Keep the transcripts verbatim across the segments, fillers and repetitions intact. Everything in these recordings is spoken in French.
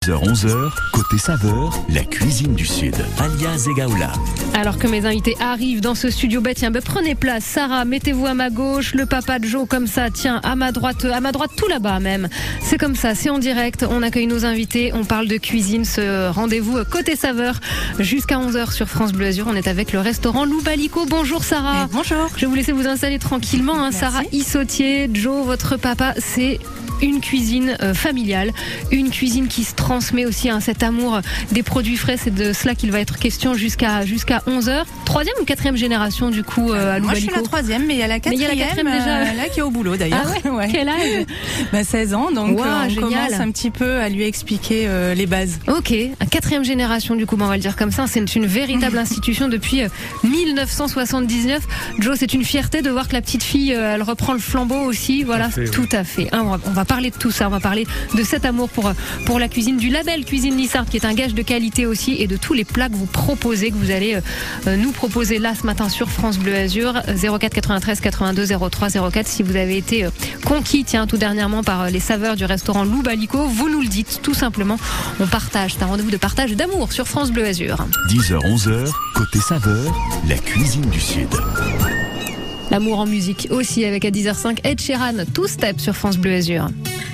dix heures onze heures, côté saveur, la cuisine du Sud. Alia Zegaoula. Alors que mes invités arrivent dans ce studio, bah tiens, bah prenez place. Sarah, mettez-vous à ma gauche, le papa de Joe comme ça, tiens, à ma droite, à ma droite tout là-bas même. C'est comme ça, c'est en direct, on accueille nos invités, on parle de cuisine, ce rendez-vous côté saveur jusqu'à onze heures sur France Bleu Azur. On est avec le restaurant Loubalico. Bonjour Sarah. Eh, bonjour. Je vais vous laisser vous installer tranquillement. Hein. Sarah Issautier, Joe, votre papa, c'est une cuisine euh, familiale, une cuisine qui se transmet aussi, hein, cet amour des produits frais. C'est de cela qu'il va être question jusqu'à jusqu'à onze heures. Troisième ou quatrième génération du coup euh, à Loubalico? Moi je suis la troisième, mais il y a la quatrième, mais il y a la quatrième déjà euh, là qui est au boulot d'ailleurs. Ah ouais, ouais. Quel âge? bah, seize ans, donc wow, euh, on génial. commence un petit peu à lui expliquer euh, les bases. Ok, quatrième génération du coup, on va le dire comme ça. C'est une véritable institution depuis euh, mille neuf cent soixante-dix-neuf. Joe, c'est une fierté de voir que la petite fille, euh, elle reprend le flambeau aussi. Voilà, tout à fait. Tout à fait. Hein, on, va, on va parler de tout ça. On va parler de cet amour pour pour la cuisine, du label Cuisine Lissard qui est un gage de qualité aussi, et de tous les plats que vous proposez, que vous allez euh, nous proposer là ce matin sur France Bleu Azur. Zéro quatre quatre-vingt-treize quatre-vingt-deux zéro trois zéro quatre. Si vous avez été euh, conquis, tiens, tout dernièrement par euh, les saveurs du restaurant Loubalico, vous nous le dites tout simplement. On partage. C'est un rendez-vous de partage d'amour sur France Bleu Azur. dix heures onze heures, côté saveur, la cuisine du Sud. L'amour en musique aussi avec à dix heures cinq Ed Sheeran, Two Step sur France Bleu Azur.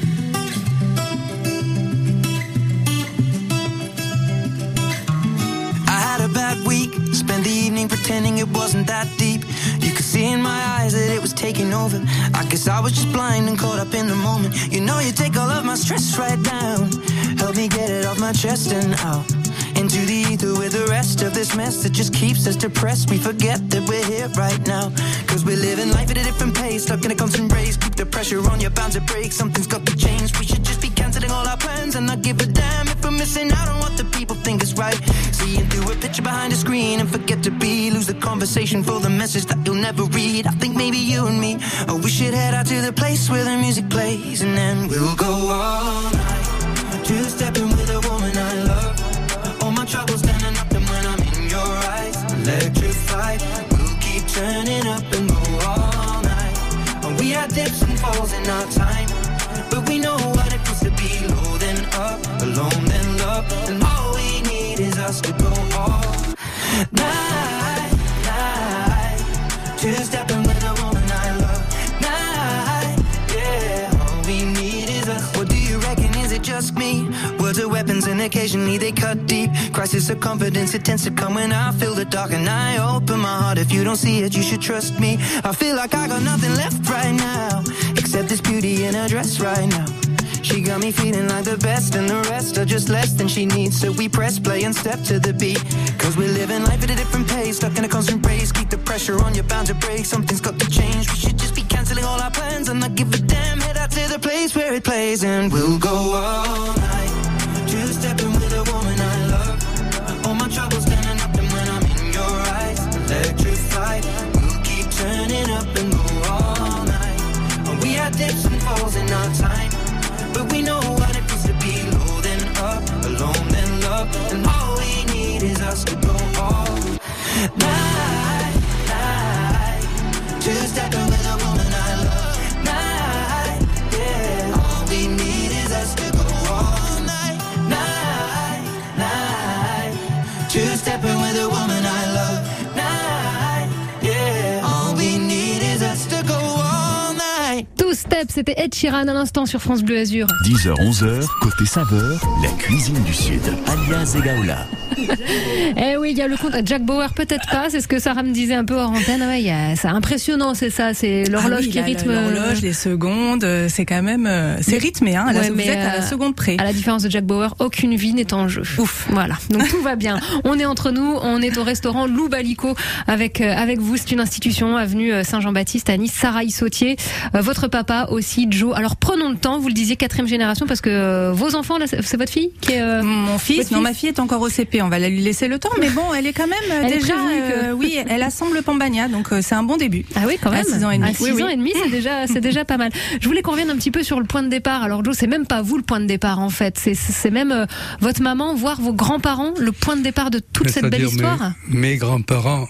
Spend the evening pretending it wasn't that deep. You could see in my eyes that it was taking over. I guess I was just blind and caught up in the moment. You know you take all of my stress right down. Help me get it off my chest and out into the ether with the rest of this mess that just keeps us depressed. We forget that we're here right now, cause we're living life at a different pace, stuck in a constant race. Keep the pressure on, you're bound to break. Something's got to change. We should just be cancelling all our plans and not give a damn if we're missing out on what the people think is right. Seeing through a picture behind a screen and forget to be, lose the conversation for the message that you'll never read. I think maybe you and me, oh, we should head out to the place where the music plays, and then we'll go all night, two-stepping with a woman I love. All my troubles standing up, and when I'm in your eyes, electrified. We'll keep turning up and go all night. And we had dips and falls in our time, but we know what it feels to be low then up, alone then love. And all we need is us to go all night, night, two-stepping with a woman I love. Night, yeah, all we need is us. What do you reckon, is it just me? Words are weapons and occasionally they cut deep. Crisis of confidence, it tends to come when I feel the dark and I open my heart. If you don't see it, you should trust me. I feel like I got nothing left right now, except this beauty in her dress right now. She got me feeling like the best, and the rest are just less than she needs. So we press play and step to the beat, cause we're living life at a different pace, stuck in a constant race. Keep the pressure on, you're bound to break. Something's got to change. We should just be cancelling all our plans and not give a damn. Head out to the place where it plays, and we'll go all night, two-stepping with a woman I love. All my troubles standing up, and when I'm in your eyes, electrified. We'll keep turning up and go all night. And we had dips and falls in our time, but we know what it feels to be low then up, alone then love. And all we need is us to go all night, night, two-stepping with a woman I love. Night, yeah, all we need is us to go all night, night, night, two-stepping with a woman I love. Night, yeah, all we need is us to go all night. Two Step, c'était Ed Sheeran à l'instant sur France Bleu Azur. dix heures onze heures, côté saveur, la cuisine du Sud. Alia Zegaoula. Eh oui, il y a le compte Jack Bauer, peut-être pas, c'est ce que Sarah me disait un peu hors antenne. Ouais, y a, c'est impressionnant, c'est ça, c'est l'horloge ah oui, qui là, rythme. L'horloge, les secondes, c'est quand même, c'est rythmé, hein. Là, ouais, vous êtes à la euh, seconde près. À la différence de Jack Bauer, aucune vie n'est en jeu. Ouf. Voilà, donc tout va bien. On est entre nous, on est au restaurant Loubalico avec euh, avec vous. C'est une institution avenue Saint-Jean-Baptiste à Nice. Sarah Issautier, euh, votre papa aussi, Joe. Alors prenons le temps, vous le disiez, quatrième génération, parce que euh, vos enfants, là, c'est, c'est votre fille qui est. Euh, Mon fils, votre non, fils ma fille est encore au C P. On va la lui laisser le temps, mais bon, elle est quand même elle déjà. Est euh, que... Oui, elle assemble Pambagna, donc euh, c'est un bon début. Ah oui, quand même. À six ans et demi. À six oui, ans oui. et demi, c'est déjà, c'est déjà pas mal. Je voulais qu'on revienne un petit peu sur le point de départ. Alors Joe, c'est même pas vous le point de départ en fait, c'est, c'est même euh, votre maman, voire vos grands-parents, le point de départ de toute cette belle histoire. Mes, mes grands-parents,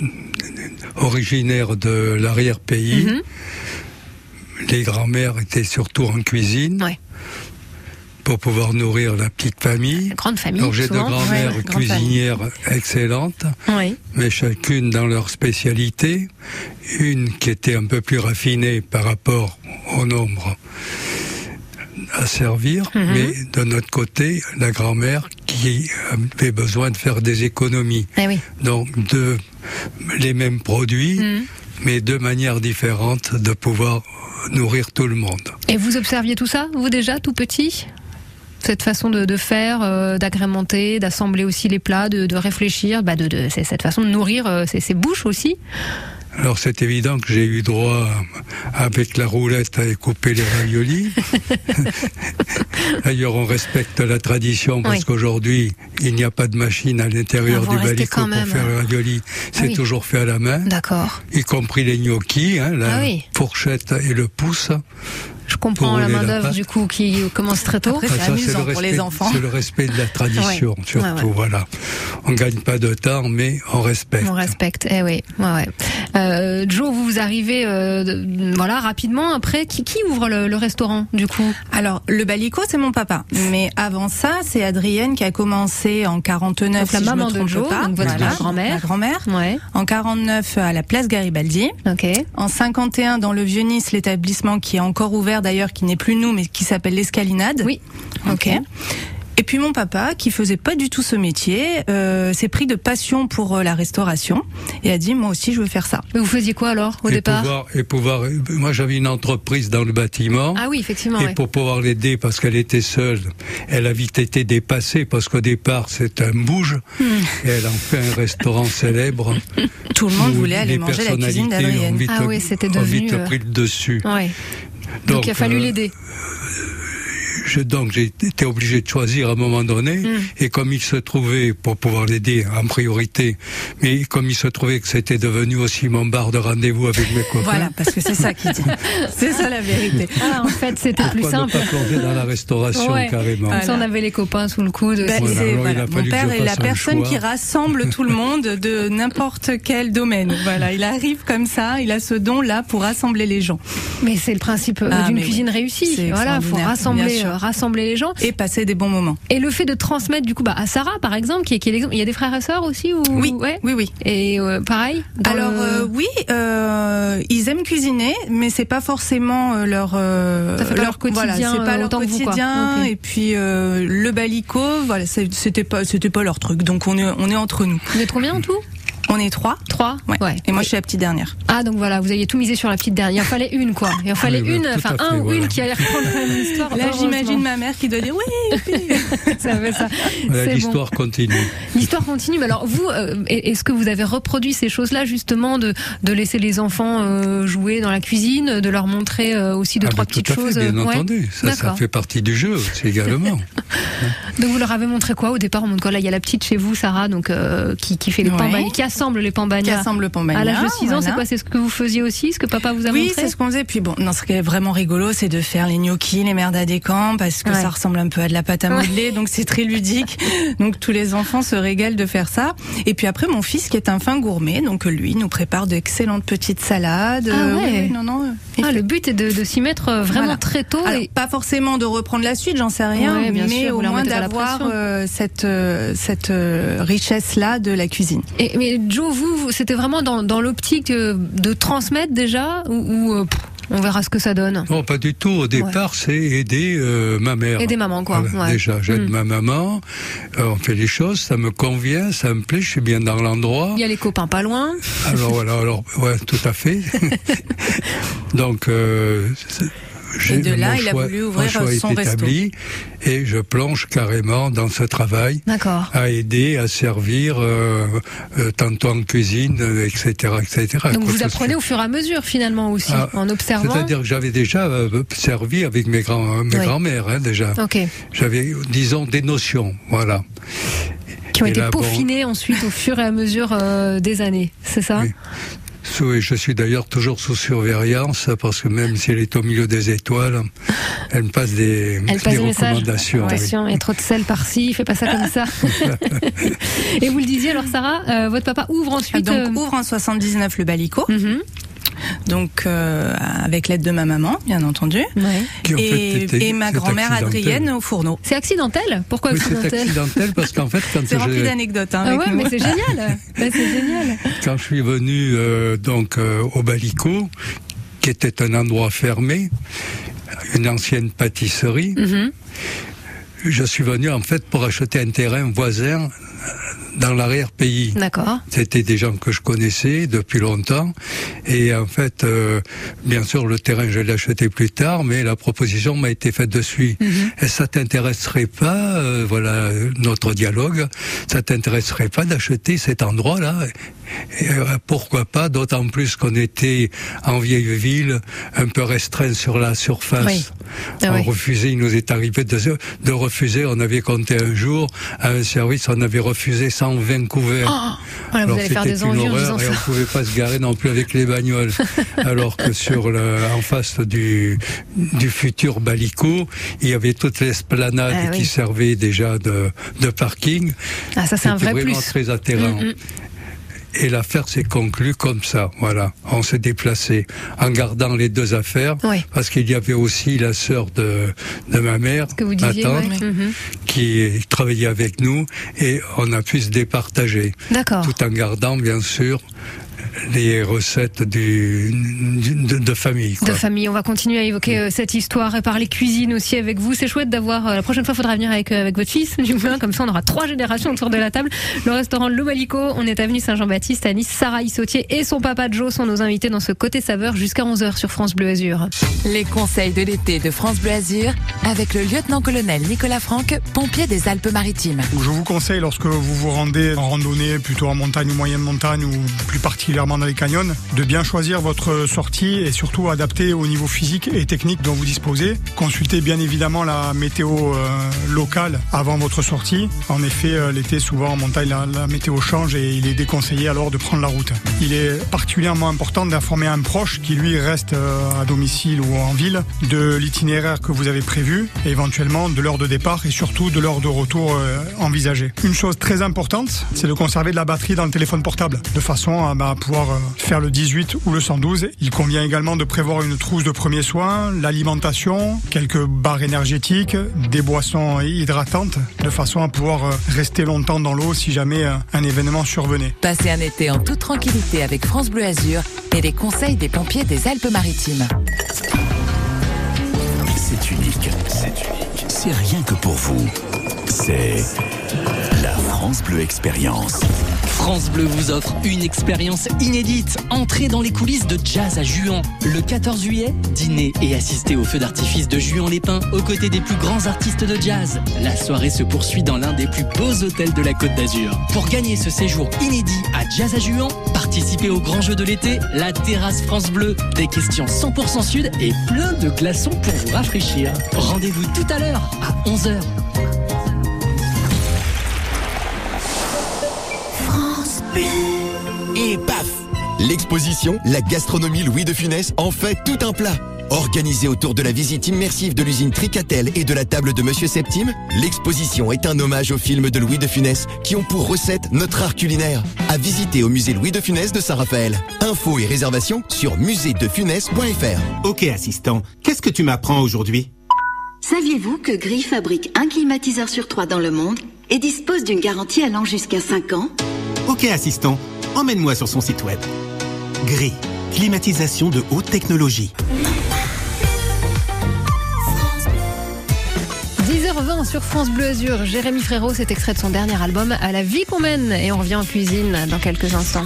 originaires de l'arrière-pays, mm-hmm. les grands-mères étaient surtout en cuisine. Ouais. pour pouvoir nourrir la petite famille. Grande famille. Donc j'ai deux souvent. grand-mères Ouais, cuisinières excellentes, Oui. mais chacune dans leur spécialité. Une qui était un peu plus raffinée par rapport au nombre à servir, Mm-hmm. mais de notre côté, la grand-mère qui avait besoin de faire des économies. Eh oui. Donc de les mêmes produits, Mm. mais de manière différente de pouvoir nourrir tout le monde. Et vous observiez tout ça, vous déjà, tout petit ? Cette façon de, de faire, euh, d'agrémenter, d'assembler aussi les plats, de, de réfléchir, bah de, de, c'est cette façon de nourrir euh, ses, ses bouches aussi. Alors c'est évident que j'ai eu droit, avec la roulette, à couper les raviolis. D'ailleurs, on respecte la tradition parce Oui. qu'aujourd'hui, il n'y a pas de machine à l'intérieur Ah, vous du restez balico quand pour même. faire les raviolis. C'est Ah oui. toujours fait à la main, D'accord. y compris les gnocchis, hein, la Ah oui. fourchette et le pouce. Je comprends Pour la rouler la main-d'œuvre pâte. du coup qui commence très tôt. Après, c'est Ah, ça, amusant le pour respect- les enfants. C'est le respect de la tradition, Ouais. surtout. Ouais, ouais. Voilà. On gagne pas de temps, mais on respecte. On respecte, eh oui. Ouais, ouais. Euh, Joe, vous arrivez euh, de- voilà, rapidement après. Qui, qui ouvre le, le restaurant du coup ? Alors, le balico, c'est mon papa. Mais avant ça, c'est Adrienne qui a commencé en quarante-neuf, Donc la si maman je de me trompe Joe, pas. donc votre Voilà, grand-mère. La grand-mère. Ouais. En quarante-neuf, à la place Garibaldi. Ok. En cinquante et un, dans le Vieux-Nice, l'établissement qui est encore ouvert d'ailleurs, qui n'est plus nous, mais qui s'appelle l'Escalinade. Oui. Ok. Et puis mon papa, qui faisait pas du tout ce métier, euh, s'est pris de passion pour euh, la restauration et a dit moi aussi je veux faire ça. Mais vous faisiez quoi alors au et départ ? pouvoir, et pouvoir, moi j'avais une entreprise dans le bâtiment. Ah oui, effectivement. Et Ouais. pour pouvoir l'aider, parce qu'elle était seule, elle a vite été dépassée, parce qu'au départ, c'est un bouge, Hmm. et elle en fait un restaurant célèbre. Tout le monde où voulait aller les manger la cuisine personnalités ont d'Adrienne. vite- Ah oui, c'était ont devenu, vite euh, pris le dessus. Ouais. Donc, il a fallu euh, l'aider. Je, donc j'ai été obligé de choisir à un moment donné, Mm. et comme il se trouvait, pour pouvoir l'aider en priorité, mais comme il se trouvait que c'était devenu aussi mon bar de rendez-vous avec mes copains, Voilà, parce que c'est ça qui dit. C'est ça la vérité. Ah, en fait, c'était plus pourquoi ne simple. pas plonger dans la restauration Ouais. carrément. Comme ça, on avait les copains sous le coude. Ben, Voilà, c'est- alors, il voilà. a Mon fallu que père je est la fasse un personne choix. qui rassemble tout le monde de n'importe quel domaine. Voilà, il arrive comme ça, il a ce don-là pour rassembler les gens Mais c'est le principe euh, Ah, d'une mais cuisine oui. réussie. C'est Voilà, faut extraordinaire, rassembler, bien sûr. euh, rassembler les gens. et passer des bons moments. Et le fait de transmettre du coup bah, à Sarah par exemple, qui est, qui est l'exemple. Il y a des frères et sœurs aussi ou... Oui, Ouais. oui, oui. Et euh, pareil. dans Alors le- euh, oui, euh, ils aiment cuisiner, mais c'est pas forcément euh, leur euh, Ça fait pas leur quotidien, Voilà, c'est pas euh, leur autant que vous, quoi. quotidien. Ok. Et puis euh, le balico, voilà, c'est- c'était pas c'était pas leur truc. Donc on est on est entre nous. Vous êtes combien en tout ? On est trois. Trois. Ouais. Et moi je suis la petite dernière. Ah donc voilà, vous aviez tout misé sur la petite dernière. Il en fallait une quoi. Il en fallait Oui, oui, une, tout à enfin fait, un ou voilà. une qui allait reprendre l'histoire. Là heureusement. j'imagine ma mère qui doit dire oui. oui. Ça fait ça. Voilà, C'est bon. l'histoire continue. L'histoire continue. Mais alors vous, euh, est-ce que vous avez reproduit ces choses-là justement de de laisser les enfants euh, jouer dans la cuisine, de leur montrer euh, aussi deux Ah, trois mais tout petites à fait, choses. bien euh, ouais. entendu. Ça, ça D'accord. fait partie du jeu aussi également. Donc vous leur avez montré quoi au départ? On montre quoi? Là il y a la petite chez vous, Sarah, donc euh, qui qui fait les Ouais. pambagnas, qui assemble les Qui pambagnas. assemble le pambagna. À l'âge de six ans, voilà. c'est quoi? C'est ce que vous faisiez aussi, ce que papa vous a Oui, montré? c'est ce qu'on faisait. Puis bon, non, ce qui est vraiment rigolo, c'est de faire les gnocchis, les merdas des camps, parce que Ouais. ça ressemble un peu à de la pâte à modeler, donc c'est très ludique. Donc tous les enfants se régalent de faire ça. Et puis après, mon fils, qui est un fin gourmet, donc lui nous prépare d'excellentes petites salades. Ah Euh, ouais. oui, oui, non, non. euh, il Ah, fait- le but est de, de s'y mettre euh, vraiment Voilà. très tôt. Alors, et... pas forcément de reprendre la suite, j'en sais rien, Ouais, bien mais sûr, vous au leur moins mettez pas la d'avoir pression. euh, cette euh, cette euh, richesse-là de la cuisine. Et, mais Joe, vous, vous- c'était vraiment dans, dans l'optique de, de transmettre déjà ou, ou, euh, pff, on verra ce que ça donne. Non, pas du tout. Au départ, c'est aider euh, ma mère. Aider maman, quoi. Voilà, Ouais. Déjà, j'aide Mm. ma maman. Euh, on fait les choses, ça me convient, ça me plaît, je suis bien dans l'endroit. Il y a les copains pas loin. Alors voilà, alors ouais, tout à fait. Donc euh, c'est- j'ai- Et de là, mon il a choix- voulu mon ouvrir choix est son resto. établi et je plonge carrément dans ce travail. D'accord. À aider, à servir, euh, euh, tantôt en cuisine, euh, et cetera, et cetera. Donc Quoi vous que ce apprenez soit. au fur et à mesure finalement aussi, Ah, en observant. C'est-à-dire que j'avais déjà euh, servi avec mes grands, mes Oui. grands-mères, hein, déjà. Ok. J'avais, disons, des notions, voilà. Qui ont Et été là, bon, peaufinés ensuite au fur et à mesure euh, des années, c'est ça? Oui. Sous- et je suis d'ailleurs toujours sous surveillance parce que même si elle est au milieu des étoiles, elle me passe des, Elle passe des des messages. recommandations. oui. Attention, il y a trop de sel par-ci, fais pas ça comme ça. Et vous le disiez alors Sarah, euh, votre papa ouvre ensuite. Donc euh, ouvre en soixante-dix-neuf le Balico. mhm. donc euh, avec l'aide de ma maman, bien entendu, Ouais. Qui, en fait, et, était- et ma c'est grand-mère accidentel. Adrienne au fourneau. C'est accidentel? Pourquoi Oui, c'est accidentel? accidentel parce qu'en fait, quand C'est rempli j'ai- d'anecdotes hein, Ah avec ouais, nous. mais c'est génial. Bah, c'est génial. quand je suis venu euh, donc euh, au Balico, qui était un endroit fermé, une ancienne pâtisserie, Mhm. je suis venu en fait pour acheter un terrain voisin dans l'arrière-pays. D'accord. C'était des gens que je connaissais depuis longtemps. Et en fait, euh, bien sûr, le terrain, je l'ai acheté plus tard, mais la proposition m'a été faite de suite. Mm-hmm. Et ça t'intéresserait pas, euh, voilà notre dialogue, ça t'intéresserait pas d'acheter cet endroit-là? Et, euh, pourquoi pas, d'autant plus qu'on était en vieille ville, un peu restreint sur la surface. Oui. Ah on oui. refusait, il nous est arrivé de, de refuser, on avait compté un jour, à un service, on avait refusé cent vingt couverts. Oh, voilà, vous Alors, allez faire c'était des une envies en horreur disant et ça. on pouvait pas se garer non plus avec les bagnoles. Alors que sur le, en face du, du futur Balico, il y avait toute l'esplanade Ah oui. qui servait déjà de, de parking. Ah, ça, c'est un C'était vrai vraiment plus. très atterrant. Mm, mm. Et l'affaire s'est conclue comme ça, voilà. On s'est déplacé en gardant les deux affaires, Oui. parce qu'il y avait aussi la sœur de, de ma mère, Que vous ma disiez, tante, ouais. Mhm. qui travaillait avec nous, et on a pu se départager. D'accord. Tout en gardant, bien sûr, les recettes du, du- de, de famille. Quoi. De famille. On va continuer à évoquer euh, cette histoire et parler cuisine aussi avec vous. C'est chouette d'avoir. Euh, la prochaine fois, il faudra venir avec, euh, avec votre fils, du moins. Comme ça, on aura trois générations autour de la table. Le restaurant Le Balico, on est avenue Saint-Jean-Baptiste à Nice. Sarah Issautier et son papa Joe sont nos invités dans ce Côté Saveur jusqu'à onze heures sur France Bleu Azur. Les conseils de l'été de France Bleu Azur avec le lieutenant-colonel Nicolas Franck, pompier des Alpes-Maritimes. Je vous conseille, lorsque vous vous rendez en randonnée, plutôt en montagne ou moyenne montagne, ou plus particulièrement dans les canyons, de bien choisir votre sortie et surtout adapter au niveau physique et technique dont vous disposez. Consultez bien évidemment la météo euh, locale avant votre sortie. En effet, euh, l'été, souvent en montagne, la, la météo change et il est déconseillé alors de prendre la route. Il est particulièrement important d'informer un proche qui lui reste euh, à domicile ou en ville de l'itinéraire que vous avez prévu, et éventuellement de l'heure de départ et surtout de l'heure de retour euh, envisagée. Une chose très importante, c'est de conserver de la batterie dans le téléphone portable, de façon à bah, pouvoir euh, faire le dix-huit ou le cent douze. Il convient également de prévoir une trousse de premiers soins, l'alimentation, quelques barres énergétiques, des boissons hydratantes, de façon à pouvoir euh, rester longtemps dans l'eau si jamais euh, un événement survenait. Passez un été en toute tranquillité avec France Bleu Azur et les conseils des pompiers des Alpes-Maritimes. C'est unique, c'est unique. C'est rien que pour vous. C'est la France Bleu Expérience. France Bleu vous offre une expérience inédite. Entrez dans les coulisses de Jazz à Juan. Le quatorze juillet, dîner et assister au feu d'artifice de Juan-les-Pins aux côtés des plus grands artistes de jazz. La soirée se poursuit dans l'un des plus beaux hôtels de la Côte d'Azur. Pour gagner ce séjour inédit à Jazz à Juan, participez au grand jeu de l'été, la terrasse France Bleu. Des questions cent pour cent sud et plein de glaçons pour vous rafraîchir. Rendez-vous tout à l'heure à onze heures. Et paf! L'exposition La gastronomie Louis de Funès en fait tout un plat. Organisée autour de la visite immersive de l'usine Tricatel et de la table de Monsieur Septime, l'exposition est un hommage aux films de Louis de Funès qui ont pour recette notre art culinaire. À visiter au musée Louis de Funès de Saint-Raphaël. Infos et réservations sur musée de funès point f r. Ok assistant, qu'est-ce que tu m'apprends aujourd'hui? Saviez-vous que Gris fabrique un climatiseur sur trois dans le monde et dispose d'une garantie allant jusqu'à cinq ans? Ok assistant, emmène-moi sur son site web. Gris, climatisation de haute technologie. dix heures vingt sur France Bleu Azur. Jérémy Frérot, c'est extrait de son dernier album À la vie qu'on mène. Et on revient en cuisine dans quelques instants.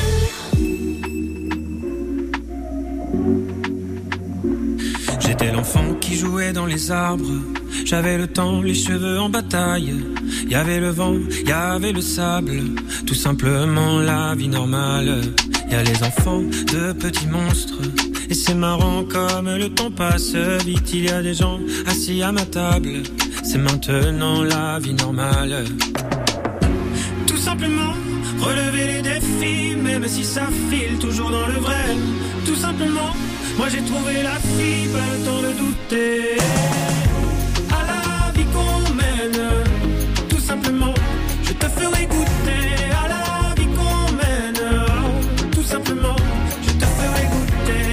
J'étais l'enfant qui jouait dans les arbres. J'avais le temps, les cheveux en bataille. Il y avait le vent, il y avait le sable. Tout simplement la vie normale. Il y a les enfants de petits monstres. Et c'est marrant comme le temps passe vite. Il y a des gens assis à ma table. C'est maintenant la vie normale. Tout simplement relever les défis, même si ça file toujours dans le vrai. Tout simplement, moi j'ai trouvé la fille, pas le temps de douter. À la vie qu'on mène, tout simplement, je te ferai goûter. À la vie qu'on mène, tout simplement, je te ferai goûter.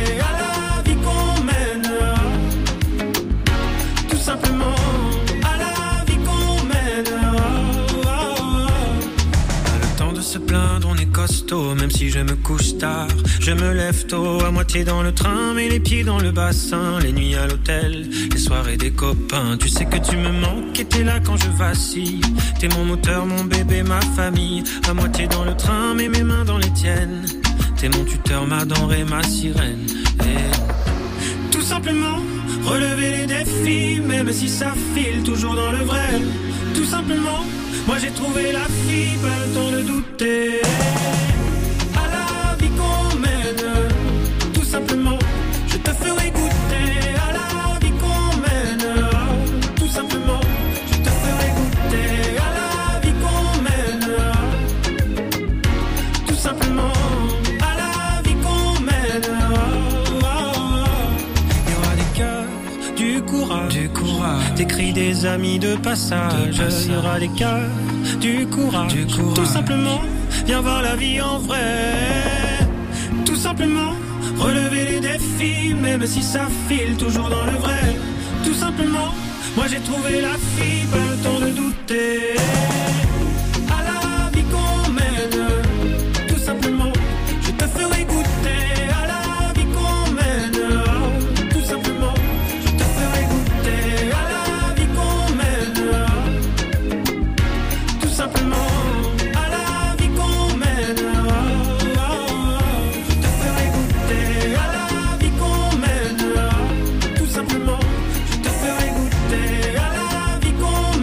même si je me couche tard. Je me lève tôt, à moitié dans le train, mais les pieds dans le bassin. Les nuits à l'hôtel, les soirées des copains. Tu sais que tu me manques et t'es là quand je vacille. T'es mon moteur, mon bébé, ma famille. À moitié dans le train, mais mes mains dans les tiennes. T'es mon tuteur, ma denrée, ma sirène. Et tout simplement, relever les défis, même si ça file toujours dans le vrai. Tout simplement, moi j'ai trouvé la fille, pas le temps de douter. À la vie qu'on mène, tout simplement, je te ferai goûter. À la vie qu'on mène, tout simplement, je te ferai goûter. À la vie qu'on mène, tout simplement, à la vie qu'on mène. Il y aura des cœurs, du courage, du courage, des cris des amis de passage. Il y aura des cœurs, du courage, du courage, tout simplement, viens voir la vie en vrai. Tout simplement, relever les défis, même si ça file toujours dans le vrai. Tout simplement, moi j'ai trouvé la fille, pas le temps de douter. À la vie qu'on mène, tout simplement, je te ferai goûter. À la vie qu'on mène, tout simplement, je te ferai goûter. À la vie qu'on mène, tout simplement, à la vie qu'on mène, je te ferai goûter. À la vie qu'on mène, tout simplement, je te ferai goûter. À la vie qu'on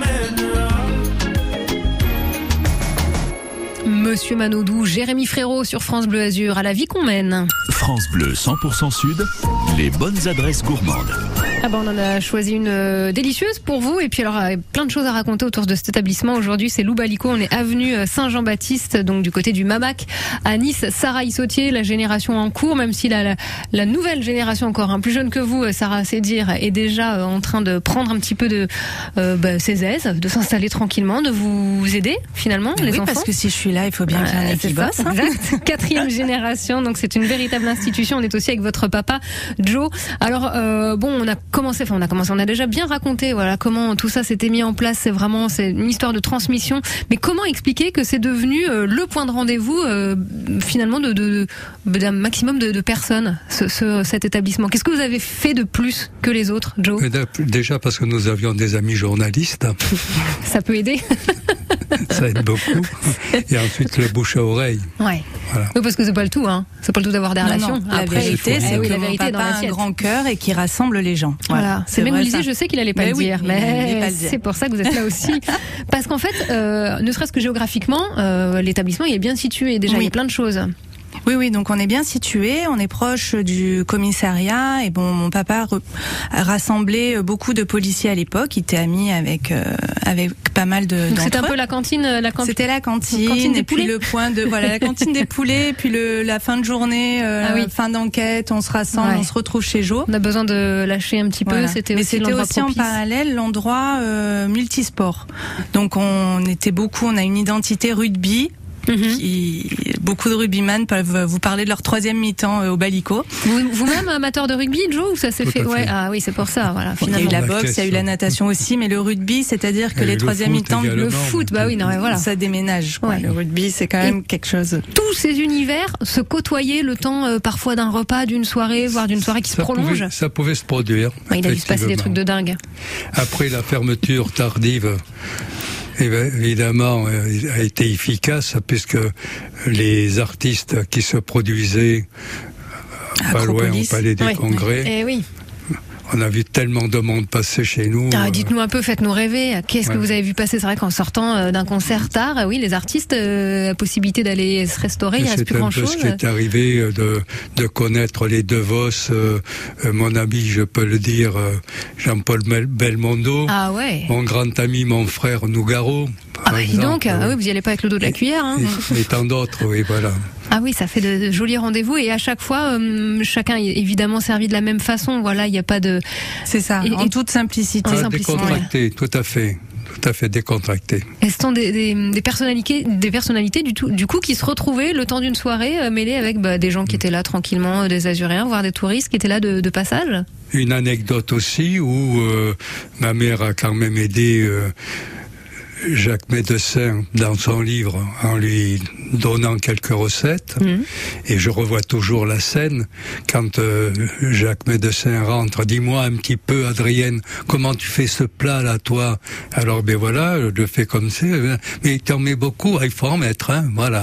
mène. Monsieur Manodou, Jérémy Frérot sur France Bleu Azur, à la vie qu'on mène. France Bleu cent pour cent Sud, les bonnes adresses gourmandes. Ah ben on en a choisi une euh, délicieuse pour vous, et puis alors euh, plein de choses à raconter autour de cet établissement. Aujourd'hui c'est Loubaliko, on est avenue Saint-Jean-Baptiste, donc du côté du Mamac à Nice. Sarah Issautier, la génération en cours, même si la, la, la nouvelle génération encore, hein, plus jeune que vous, Sarah c'est dire, est déjà euh, en train de prendre un petit peu de euh, bah, ses aises, de s'installer tranquillement, de vous aider finalement, les oui, enfants. Parce que si je suis là, il faut bien qu'il y en ait qui bossent. Exact. Quatrième génération, donc c'est une véritable institution. On est aussi avec votre papa, Joe. Alors euh, bon, on a commencé, enfin on a commencé, on a déjà bien raconté, voilà comment tout ça s'était mis en place. C'est vraiment, c'est une histoire de transmission. Mais comment expliquer que c'est devenu euh, le point de rendez-vous euh, finalement de, de, de d'un maximum de, de personnes, ce, ce, cet établissement. Qu'est-ce que vous avez fait de plus que les autres, Joe? Déjà parce que nous avions des amis journalistes. Ça peut aider. Ça aide beaucoup. Et ensuite le bouche à oreille. Ouais. Voilà. Oui, parce que c'est pas le tout, hein. C'est pas le tout d'avoir des non, relations. Non, la Après, vérité, c'est eh oui, que la mon vérité papa dans a un grand cœur et qui rassemble les gens. Voilà. voilà. C'est même Lisée, je sais qu'il allait pas mais le oui, dire, mais pas le dire. C'est pour ça que vous êtes là aussi. Parce qu'en fait, euh, ne serait-ce que géographiquement, euh, l'établissement il est bien situé. Déjà, oui. Il y a plein de choses. Oui, oui, donc on est bien situé, on est proche du commissariat, et bon, mon papa re- a rassemblé beaucoup de policiers à l'époque, il était ami avec euh, avec pas mal de. Donc c'était un peu la cantine, la cantine. C'était la cantine, cantine des et poulets. puis le point de voilà la cantine des poulets, puis le la fin de journée, euh, ah oui. fin d'enquête, on se rassemble, ouais. on se retrouve chez Jo. On a besoin de lâcher un petit peu. Voilà. C'était Mais aussi c'était aussi propice. En parallèle l'endroit euh, multisport. Donc on était beaucoup, on a une identité rugby. Mm-hmm. Qui, beaucoup de rugbyman peuvent vous parler de leur troisième mi-temps euh, au Balico. Vous, vous-même amateur de rugby, Joe, ou ça s'est fait, fait ouais. Ah oui, c'est pour ça. Voilà. Finalement. Il y a eu la boxe, il y a eu la natation aussi, mais le rugby, c'est-à-dire que les troisième mi-temps, le foot, bah oui, non, mais voilà, ça déménage. Quoi. Ouais. Le rugby, c'est quand même Et quelque chose. Tous ces univers se côtoyer le temps euh, parfois d'un repas, d'une soirée, voire d'une soirée qui ça se prolonge. Pouvait, ça pouvait se produire. Ouais, il a dû se passer des trucs de dingue. Après la fermeture tardive. Évidemment, a été efficace puisque les artistes qui se produisaient pas loin au Palais des oui. Congrès, eh oui. on a vu tellement de monde passer chez nous. Ah, dites-nous un peu, faites-nous rêver. Qu'est-ce ouais. que vous avez vu passer? C'est vrai qu'en sortant d'un concert tard, oui, les artistes, euh, la possibilité d'aller se restaurer, il ne reste plus grand-chose. C'est un peu ce qui est arrivé de, de connaître les DeVos. Euh, euh, mon ami, je peux le dire, euh, Jean-Paul Belmondo. Ah ouais. Mon grand ami, mon frère Nougaro. Ah bah, dis donc, ah oui, vous n'y allez pas avec le dos de la et, cuillère. Hein. Et, et tant d'autres, oui, voilà. Ah oui, ça fait de, de jolis rendez-vous, et à chaque fois, euh, chacun est évidemment servi de la même façon. Voilà, il n'y a pas de. C'est ça, et, en et, toute simplicité. Ah, décontracté, ouais. tout à fait. Tout à fait décontracté. Et ce sont des, des, des personnalités, des personnalités du, tout, du coup qui se retrouvaient le temps d'une soirée euh, mêlées avec bah, des gens qui étaient là tranquillement, euh, des Azuréens, voire des touristes qui étaient là de, de passage. Une anecdote aussi où euh, ma mère a quand même aidé. Euh, Jacques Médecin dans son livre en lui donnant quelques recettes. Mmh. Et je revois toujours la scène quand euh, Jacques Médecin rentre. Dis-moi un petit peu, Adrienne, comment tu fais ce plat là, toi? Alors ben voilà, je le fais comme ça. Mais il t'en met beaucoup, il faut en mettre, hein, voilà.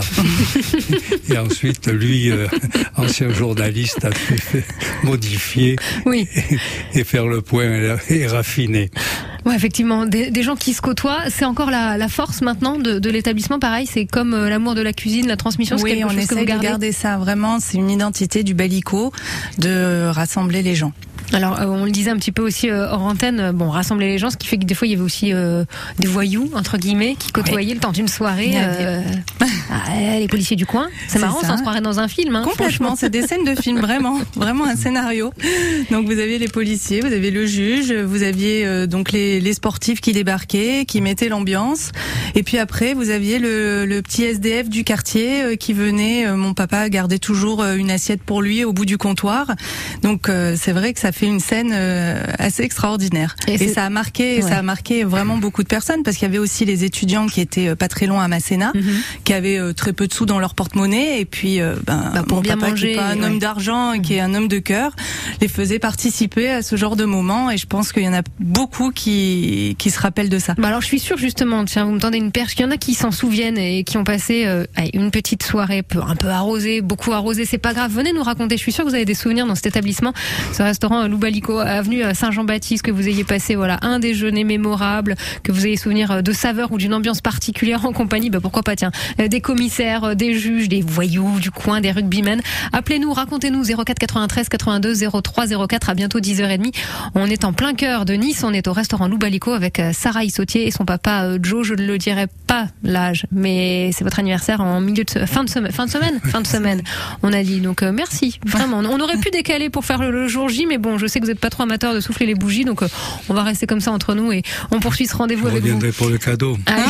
Et ensuite, lui, euh, ancien journaliste, a pu modifier oui. et, et faire le point et, et raffiner. Ouais, effectivement, des, des gens qui se côtoient, c'est encore la, la force maintenant de, de l'établissement. Pareil, c'est comme euh, l'amour de la cuisine, la transmission. Oui, c'est quelque on chose essaie que vous gardez. de garder ça. Vraiment, c'est une identité du Balico de rassembler les gens. Alors, euh, on le disait un petit peu aussi euh, hors antenne, euh, bon, rassembler les gens, ce qui fait que des fois, il y avait aussi euh, des voyous, entre guillemets, qui côtoyaient oui. le temps d'une soirée euh, ah, les policiers du coin. C'est, c'est marrant, ça. Ça, on se croirait dans un film. Hein, complètement, c'est des scènes de film, vraiment, vraiment un scénario. Donc, vous avez les policiers, vous avez le juge, vous aviez euh, donc les, les sportifs qui débarquaient, qui mettaient l'ambiance. Et puis après, vous aviez le, le petit S D F du quartier euh, qui venait. Euh, mon papa gardait toujours euh, une assiette pour lui au bout du comptoir. Donc, euh, c'est vrai que ça fait une scène euh, assez extraordinaire. Et, et ça a marqué, ouais. ça a marqué vraiment beaucoup de personnes parce qu'il y avait aussi les étudiants qui étaient euh, pas très loin à Masséna, mm-hmm. qui avaient euh, très peu de sous dans leur porte-monnaie et puis euh, ben, bah, pour mon bien papa manger, qui est pas un ouais. homme d'argent, mm-hmm. qui est un homme de cœur, les faisait participer à ce genre de moments et je pense qu'il y en a beaucoup qui qui se rappellent de ça. Bah alors je suis sûre justement, tiens, vous me tendez une perche, qu'il y en a qui s'en souviennent et qui ont passé euh, une petite soirée peu, un peu arrosée, beaucoup arrosée, c'est pas grave. Venez nous raconter. Je suis sûre que vous avez des souvenirs dans cet établissement, ce restaurant Lou Balico, avenue Saint-Jean-Baptiste, que vous ayez passé voilà un déjeuner mémorable, que vous ayez souvenir de saveurs ou d'une ambiance particulière en compagnie, bah pourquoi pas tiens, des commissaires, des juges, des voyous du coin, des rugbymen. Appelez-nous, racontez-nous zéro quatre quatre-vingt-treize quatre-vingt-deux zéro trois zéro quatre. À bientôt dix heures trente. On est en plein cœur de Nice, on est au restaurant Lou Balico avec Sarah Issautier et son papa Joe. Je ne le dirai pas l'âge, mais c'est votre anniversaire en milieu de fin de semaine, fin de semaine, fin de semaine. On a dit donc euh, merci vraiment. On aurait pu décaler pour faire le, le jour J, mais bon, je sais que vous n'êtes pas trop amateur de souffler les bougies, donc euh, on va rester comme ça entre nous et on poursuit ce rendez-vous je avec vous. Je reviendrai pour le cadeau. Ah,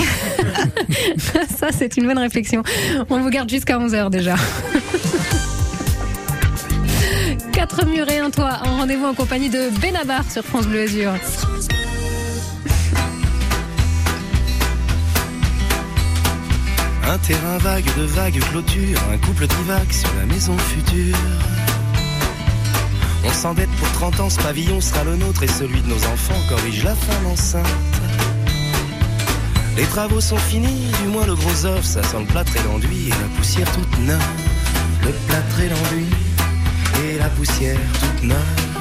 ça, c'est une bonne réflexion. On vous garde jusqu'à onze heures déjà. Quatre murs et un toit, en rendez-vous en compagnie de Benabar sur France Bleu Azur. Un terrain vague de vagues clôtures, un couple divague sur la maison future. On s'endette pour trente ans, ce pavillon sera le nôtre et celui de nos enfants corrige la femme enceinte. Les travaux sont finis, du moins le gros œuf, ça sent le plâtre et l'enduit et la poussière toute neuve. Le plâtre et l'enduit et la poussière toute neuve.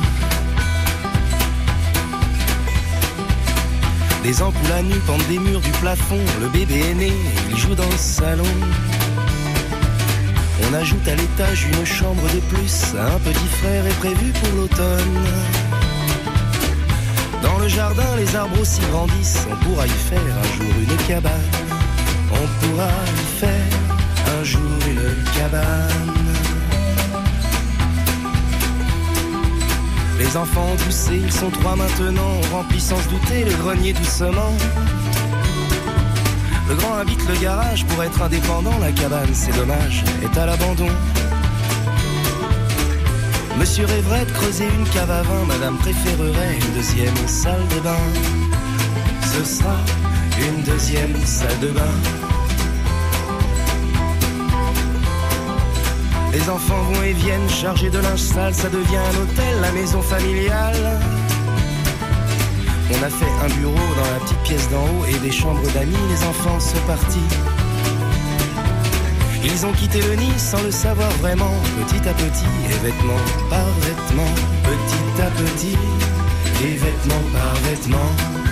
Les ampoules à nu pendent des murs du plafond, le bébé est né, il joue dans le salon. On ajoute à l'étage une chambre de plus, un petit frère est prévu pour l'automne. Dans le jardin, les arbres aussi grandissent, on pourra y faire un jour une cabane. On pourra y faire un jour une cabane. Les enfants ont poussé, ils sont trois maintenant, on remplit sans se douter le grenier doucement. Le grand habite le garage pour être indépendant, la cabane, c'est dommage, est à l'abandon. Monsieur rêverait de creuser une cave à vin, madame préférerait une deuxième salle de bain. Ce sera une deuxième salle de bain. Les enfants vont et viennent chargés de linge sale, ça devient un hôtel, la maison familiale. On a fait un bureau dans la petite pièce d'en haut et des chambres d'amis, les enfants sont partis. Ils ont quitté le nid sans le savoir vraiment, petit à petit, et vêtement par vêtement, petit à petit, et vêtement par vêtement.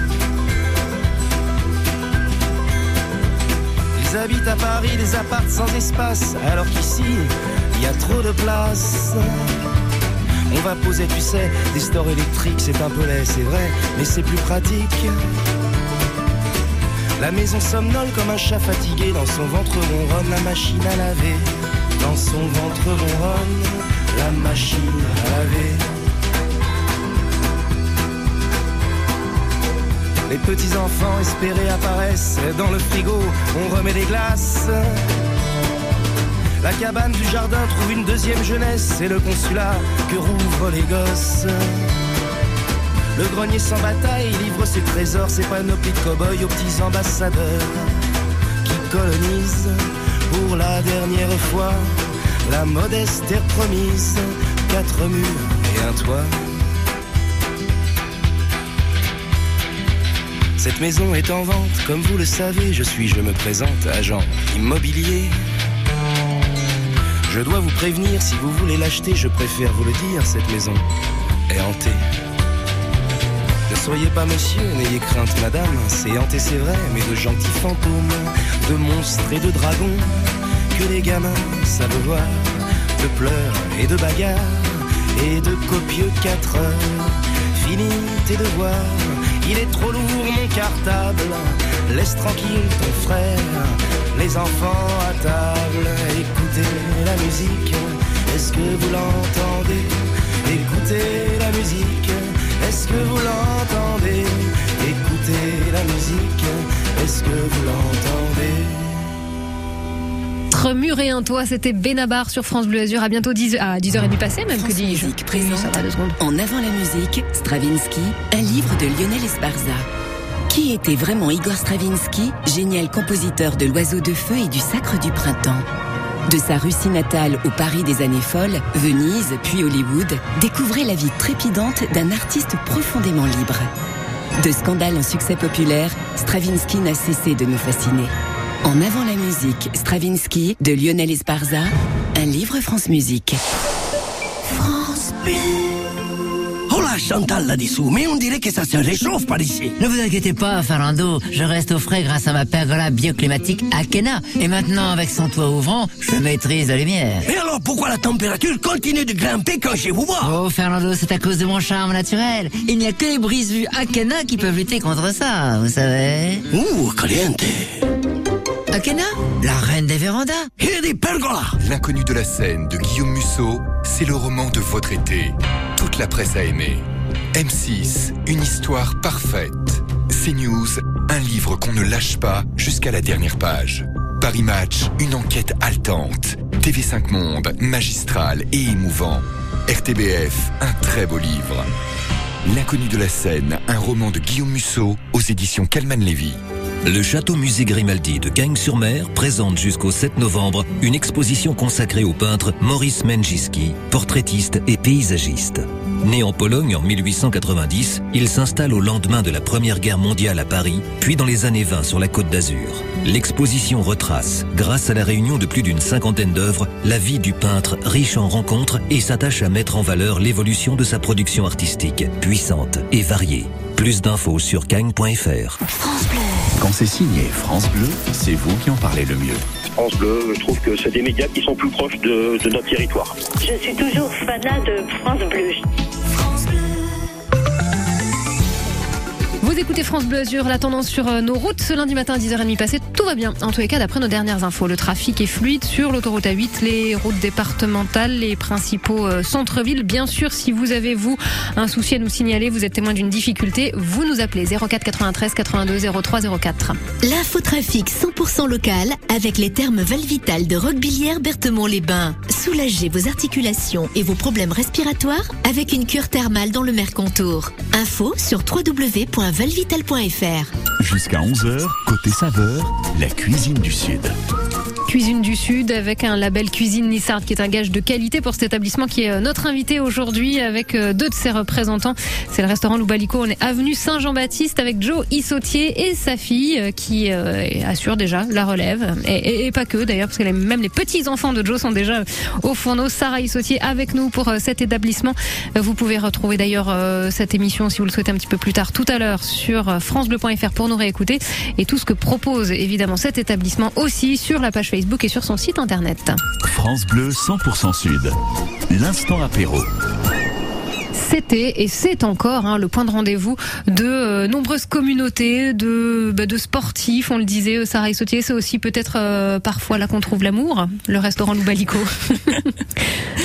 Ils habitent à Paris des apparts sans espace, alors qu'ici, il y a trop de place. On va poser, tu sais, des stores électriques, c'est un peu laid, c'est vrai, mais c'est plus pratique. La maison somnole comme un chat fatigué, dans son ventre ronronne la machine à laver. Dans son ventre ronronne la machine à laver. Les petits enfants espérés apparaissent, dans le frigo on remet des glaces. La cabane du jardin trouve une deuxième jeunesse, c'est le consulat que rouvrent les gosses. Le grenier sans bataille livre ses trésors, ses panoplies de cow-boys aux petits ambassadeurs qui colonisent pour la dernière fois la modeste terre promise, quatre murs et un toit. Cette maison est en vente, comme vous le savez, je suis, je me présente, agent immobilier. Je dois vous prévenir, si vous voulez l'acheter, je préfère vous le dire, cette maison est hantée. Ne soyez pas monsieur, n'ayez crainte madame, c'est hanté c'est vrai, mais de gentils fantômes, de monstres et de dragons, que les gamins savent voir, de pleurs et de bagarres, et de copieux quatre heures. Fini tes devoirs, il est trop lourd mon cartable, laisse tranquille ton frère, les enfants à table, écoutez la musique, est-ce que vous l'entendez? Écoutez la musique, est-ce que vous l'entendez? Écoutez la musique, est-ce que vous l'entendez? Entre mur et un toit, c'était Benabar sur France Bleu Azur. À bientôt dix heures, à dix heures trente passé même, France que dis-je. Musique présente, ça va, deux secondes. En avant la musique, Stravinsky, un livre de Lionel Esparza. Qui était vraiment Igor Stravinsky, génial compositeur de l'Oiseau de feu et du Sacre du printemps? De sa Russie natale au Paris des années folles, Venise, puis Hollywood, découvrez la vie trépidante d'un artiste profondément libre. De scandale en succès populaire, Stravinsky n'a cessé de nous fasciner. En avant la musique, Stravinsky, de Lionel Esparza, un livre France Musique. France Bleu. Oh là, Chantal là-dessous, mais on dirait que ça se réchauffe par ici. Ne vous inquiétez pas, Fernando, je reste au frais grâce à ma pergola bioclimatique Akena. Et maintenant, avec son toit ouvrant, je maîtrise la lumière. Et alors, pourquoi la température continue de grimper quand je vous vois? Oh, Fernando, c'est à cause de mon charme naturel. Il n'y a que les brises-vues Akena qui peuvent lutter contre ça, vous savez. Ouh, caliente. Akena, la reine des vérandas. Et des pergolas. L'inconnu de la Seine de Guillaume Musso, c'est le roman de votre été. Toute la presse a aimé. M six, une histoire parfaite. CNews, un livre qu'on ne lâche pas jusqu'à la dernière page. Paris Match, une enquête haletante. T V cinq Monde, magistral et émouvant. R T B F, un très beau livre. L'inconnu de la Seine, un roman de Guillaume Musso aux éditions Calman-Lévy. Le Château-Musée Grimaldi de Cagnes-sur-Mer présente jusqu'au sept novembre une exposition consacrée au peintre Maurice Menjiski, portraitiste et paysagiste. Né en Pologne en mille huit cent quatre-vingt-dix, il s'installe au lendemain de la Première Guerre mondiale à Paris, puis dans les années vingt sur la Côte d'Azur. L'exposition retrace, grâce à la réunion de plus d'une cinquantaine d'œuvres, la vie du peintre riche en rencontres et s'attache à mettre en valeur l'évolution de sa production artistique, puissante et variée. Plus d'infos sur cagnes point f r. France Bleu. Quand c'est signé France Bleu, c'est vous qui en parlez le mieux. France Bleu, je trouve que c'est des médias qui sont plus proches de, de notre territoire. Je suis toujours fanat de France Bleu. France Bleu. Vous écoutez France Bleu Azur, la tendance sur nos routes ce lundi matin à dix heures trente passé, tout va bien. En tous les cas, d'après nos dernières infos, le trafic est fluide sur l'autoroute A huit, les routes départementales, les principaux euh, centres-villes. Bien sûr, si vous avez, vous, un souci à nous signaler, vous êtes témoin d'une difficulté, vous nous appelez zéro quatre quatre-vingt-treize quatre-vingt-deux zéro trois zéro quatre. L'infotrafic cent pour cent local avec les thermes Valvital de Roquebillière Berthemont-les-Bains. Soulagez vos articulations et vos problèmes respiratoires avec une cure thermale dans le Mercantour. Info sur w w w point valvital point f r. Jusqu'à onze heures, côté saveur, la cuisine du Sud. Cuisine du Sud avec un label Cuisine Nissard qui est un gage de qualité pour cet établissement qui est notre invité aujourd'hui avec deux de ses représentants. C'est le restaurant Loubaliko. On est avenue Saint-Jean-Baptiste avec Joe Issautier et sa fille qui euh, assure déjà la relève. Et, et, et pas que d'ailleurs parce que les, même les petits-enfants de Joe sont déjà au fourneau. Sarah Issautier avec nous pour euh, cet établissement. Vous pouvez retrouver d'ailleurs euh, cette émission si vous le souhaitez un petit peu plus tard tout à l'heure sur francebleu point f r pour nous réécouter et tout ce que propose évidemment cet établissement aussi sur la page Facebook et sur son site internet. France Bleu cent pour cent Sud, l'instant apéro. C'était et c'est encore hein, le point de rendez-vous de euh, nombreuses communautés, de, bah, de sportifs, on le disait, Sarah Issautier, c'est aussi peut-être euh, parfois là qu'on trouve l'amour, le restaurant Loubaliko.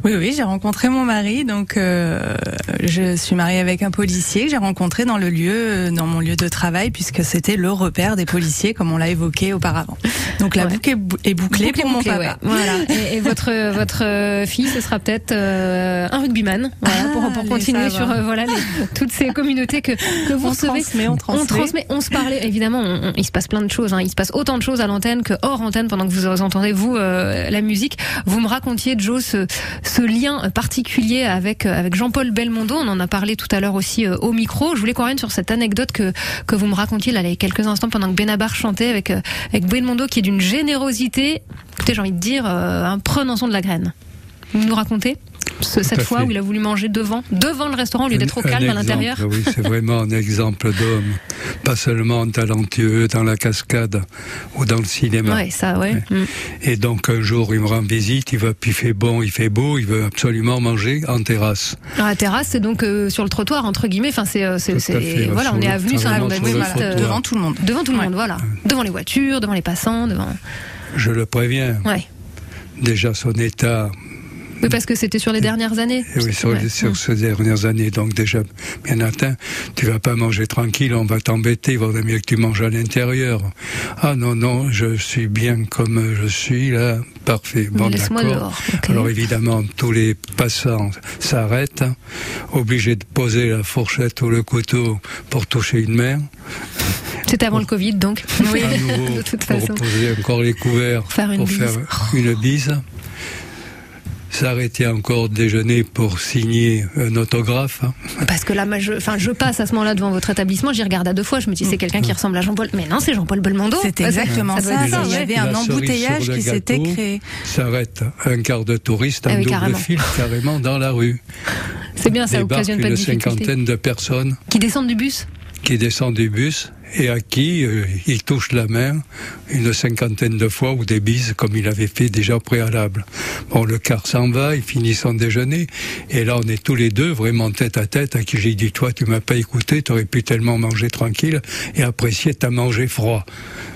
Oui, oui, j'ai rencontré mon mari, donc euh, je suis mariée avec un policier que j'ai rencontré dans le lieu, dans mon lieu de travail, puisque c'était le repère des policiers, comme on l'a évoqué auparavant. Donc la ouais. boucle est, bou- est bouclée boucle pour est bouclée, mon papa. Ouais. Voilà. Et, et votre votre fille, ce sera peut-être euh, un rugbyman, voilà, ah, pour, pour continuer sur euh, voilà les, toutes ces communautés que que vous on recevez. Transmet, on transmet, on transmet, on se parlait. Évidemment, on, on, il se passe plein de choses. Hein. Il se passe autant de choses à l'antenne que hors antenne pendant que vous entendez vous euh, la musique. Vous me racontiez, Joe, ce, ce lien particulier avec avec Jean-Paul Belmondo. On en a parlé tout à l'heure aussi euh, au micro. Je voulais qu'on revienne sur cette anecdote que que vous me racontiez là il y a quelques instants pendant que Benabar chantait avec euh, avec Belmondo, qui est d'une générosité. Écoutez, j'ai envie de dire euh, un prenançon de la graine. Vous nous racontez ce, cette fois fait. Où il a voulu manger devant devant le restaurant au lieu d'être au calme à l'intérieur. Oui, c'est vraiment un exemple d'homme, pas seulement talentueux dans la cascade ou dans le cinéma. Ouais, ça, ouais. ouais. Mm. Et donc un jour, il me rend visite, il va, puis il fait bon, il fait beau, il veut absolument manger en terrasse. Alors, la terrasse, c'est donc euh, sur le trottoir entre guillemets. Enfin, c'est, euh, c'est, c'est fait, voilà, on est avenue sur la euh, devant tout le monde, devant tout le monde, voilà, devant les voitures, devant les passants, devant. Je le préviens. Ouais. Déjà son état. Oui, parce que c'était sur les dernières années. Oui, sur, ouais. sur mmh. ces dernières années, donc déjà bien atteint. Tu vas pas manger tranquille, on va t'embêter, il vaudrait mieux que tu manges à l'intérieur. Ah non, non, je suis bien comme je suis, là, parfait. Bon, laisse-moi d'accord. dehors. Okay. Alors évidemment, tous les passants s'arrêtent, hein, obligés de poser la fourchette ou le couteau pour toucher une main. C'était avant le Covid, donc. Oui, à nouveau, de toute façon. Pour poser encore les couverts, faire une pour bise. faire une bise. S'arrêter encore déjeuner pour signer un autographe. Hein. Parce que là, moi, je, enfin, je passe à ce moment-là devant votre établissement, j'y regarde à deux fois, je me dis c'est quelqu'un qui ressemble à Jean-Paul. Mais non, c'est Jean-Paul Belmondo. C'est exactement ça. ça, ça. Il y avait un embouteillage qui s'était créé. S'arrête un quart de touristes en ah oui, double carrément. File carrément dans la rue. C'est bien, ça occasionne pas de difficulté. Une cinquantaine de personnes. Qui descendent du bus. Qui descendent du bus. Et à qui euh, il touche la main une cinquantaine de fois ou des bises comme il avait fait déjà au préalable. Bon, le car s'en va, il finit son déjeuner, et là on est tous les deux vraiment tête à tête, à qui j'ai dit, toi tu m'as pas écouté, t'aurais pu tellement manger tranquille et apprécier ta manger froid.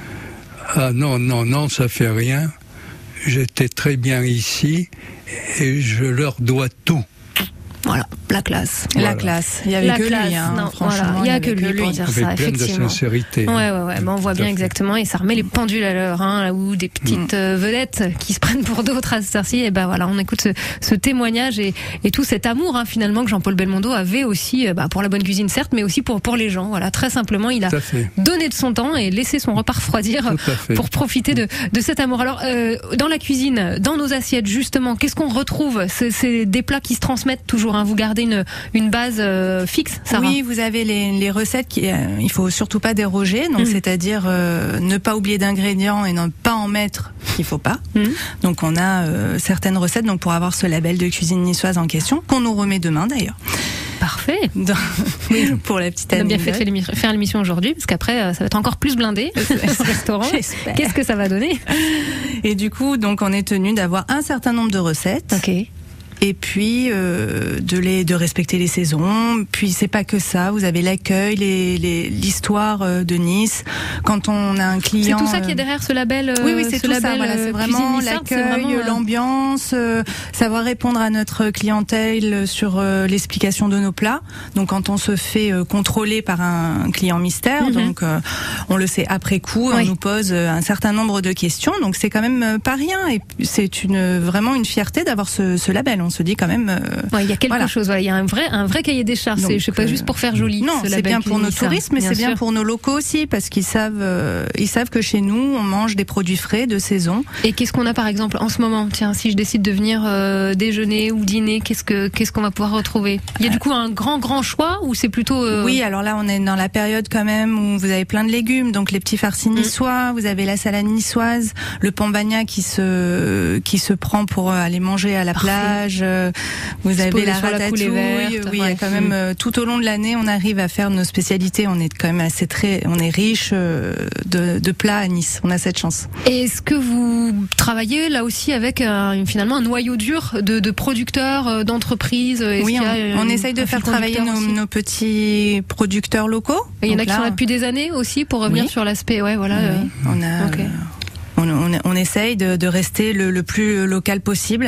Ah non, non, non, ça fait rien, j'étais très bien ici et je leur dois tout. Voilà, la classe. Voilà. La classe. Il y avait la que classe, lui, hein, non, franchement. Voilà. Il y a que lui pour dire ça, effectivement. De sincérité. Ouais, ouais, ouais. Ben, on voit bien exactement, et ça remet les pendules à l'heure, hein, là où des petites mm. euh, vedettes qui se prennent pour d'autres à cette heure-ci. Et ben voilà, on écoute ce, ce témoignage et, et tout cet amour, hein, finalement, que Jean-Paul Belmondo avait aussi, euh, bah, pour la bonne cuisine, certes, mais aussi pour, pour les gens. Voilà, très simplement, il a donné de son temps et laissé son repas refroidir pour profiter de, de cet amour. Alors, euh, dans la cuisine, dans nos assiettes, justement, qu'est-ce qu'on retrouve? C'est, c'est des plats qui se transmettent toujours, hein. Vous gardez une, une base euh, fixe, Sarah? Oui, vous avez les, les recettes qui, euh, il faut surtout pas déroger, donc mmh. c'est-à-dire euh, ne pas oublier d'ingrédients et ne pas en mettre qu'il faut pas. Mmh. Donc on a euh, certaines recettes, donc pour avoir ce label de cuisine niçoise en question, qu'on nous remet demain d'ailleurs. Parfait. Dans, oui, pour la petite anecdote. On a bien fait de faire l'émission aujourd'hui, parce qu'après ça va être encore plus blindé ce restaurant. J'espère. Qu'est-ce que ça va donner? Et du coup, donc on est tenu d'avoir un certain nombre de recettes. Ok. Et puis euh, de les de respecter les saisons. Puis c'est pas que ça. Vous avez l'accueil, les, les l'histoire euh, de Nice. Quand on a un client, c'est tout ça qui est derrière ce label. Euh, oui, oui, c'est ce tout label, ça. Voilà, c'est vraiment l'accueil, vraiment, euh... l'ambiance, euh, savoir répondre à notre clientèle sur euh, l'explication de nos plats. Donc quand on se fait euh, contrôler par un client mystère, mm-hmm. donc euh, on le sait après coup, oui. on nous pose un certain nombre de questions. Donc c'est quand même euh, pas rien. Et c'est une vraiment une fierté d'avoir ce, ce label. On se dit quand même. Euh, ouais, il y a quelque voilà. chose. Il ouais, y a un vrai, un vrai cahier des charges. Donc, c'est, je sais pas euh, juste pour faire joli. Non, ce c'est bien pour nos touristes, mais bien c'est sûr. bien pour nos locaux aussi, parce qu'ils savent, euh, ils savent que chez nous, on mange des produits frais de saison. Et qu'est-ce qu'on a par exemple en ce moment? Tiens, si je décide de venir euh, déjeuner ou dîner, qu'est-ce que, qu'est-ce qu'on va pouvoir retrouver? Il y a du coup un grand, grand choix, ou c'est plutôt euh... Oui, alors là, on est dans la période quand même où vous avez plein de légumes, donc les petits farcis niçois, mmh. vous avez la salade niçoise, le pambagna qui se, qui se prend pour aller manger à la Parfait. plage. Vous avez la ratatouille, verte, oui, ouais. il y a quand même euh, tout au long de l'année, on arrive à faire nos spécialités. On est quand même assez très, on est riche euh, de, de plats à Nice. On a cette chance. Et est-ce que vous travaillez là aussi avec un, finalement un noyau dur de, de producteurs, d'entreprises? Est-ce Oui, qu'il on, y a on essaye de faire travailler nos, nos petits producteurs locaux. Et il y en a qui sont là depuis des années aussi pour revenir oui. sur l'aspect, ouais, voilà. Oui, euh... on a. Okay. On, on, on essaye de, de rester le, le plus local possible.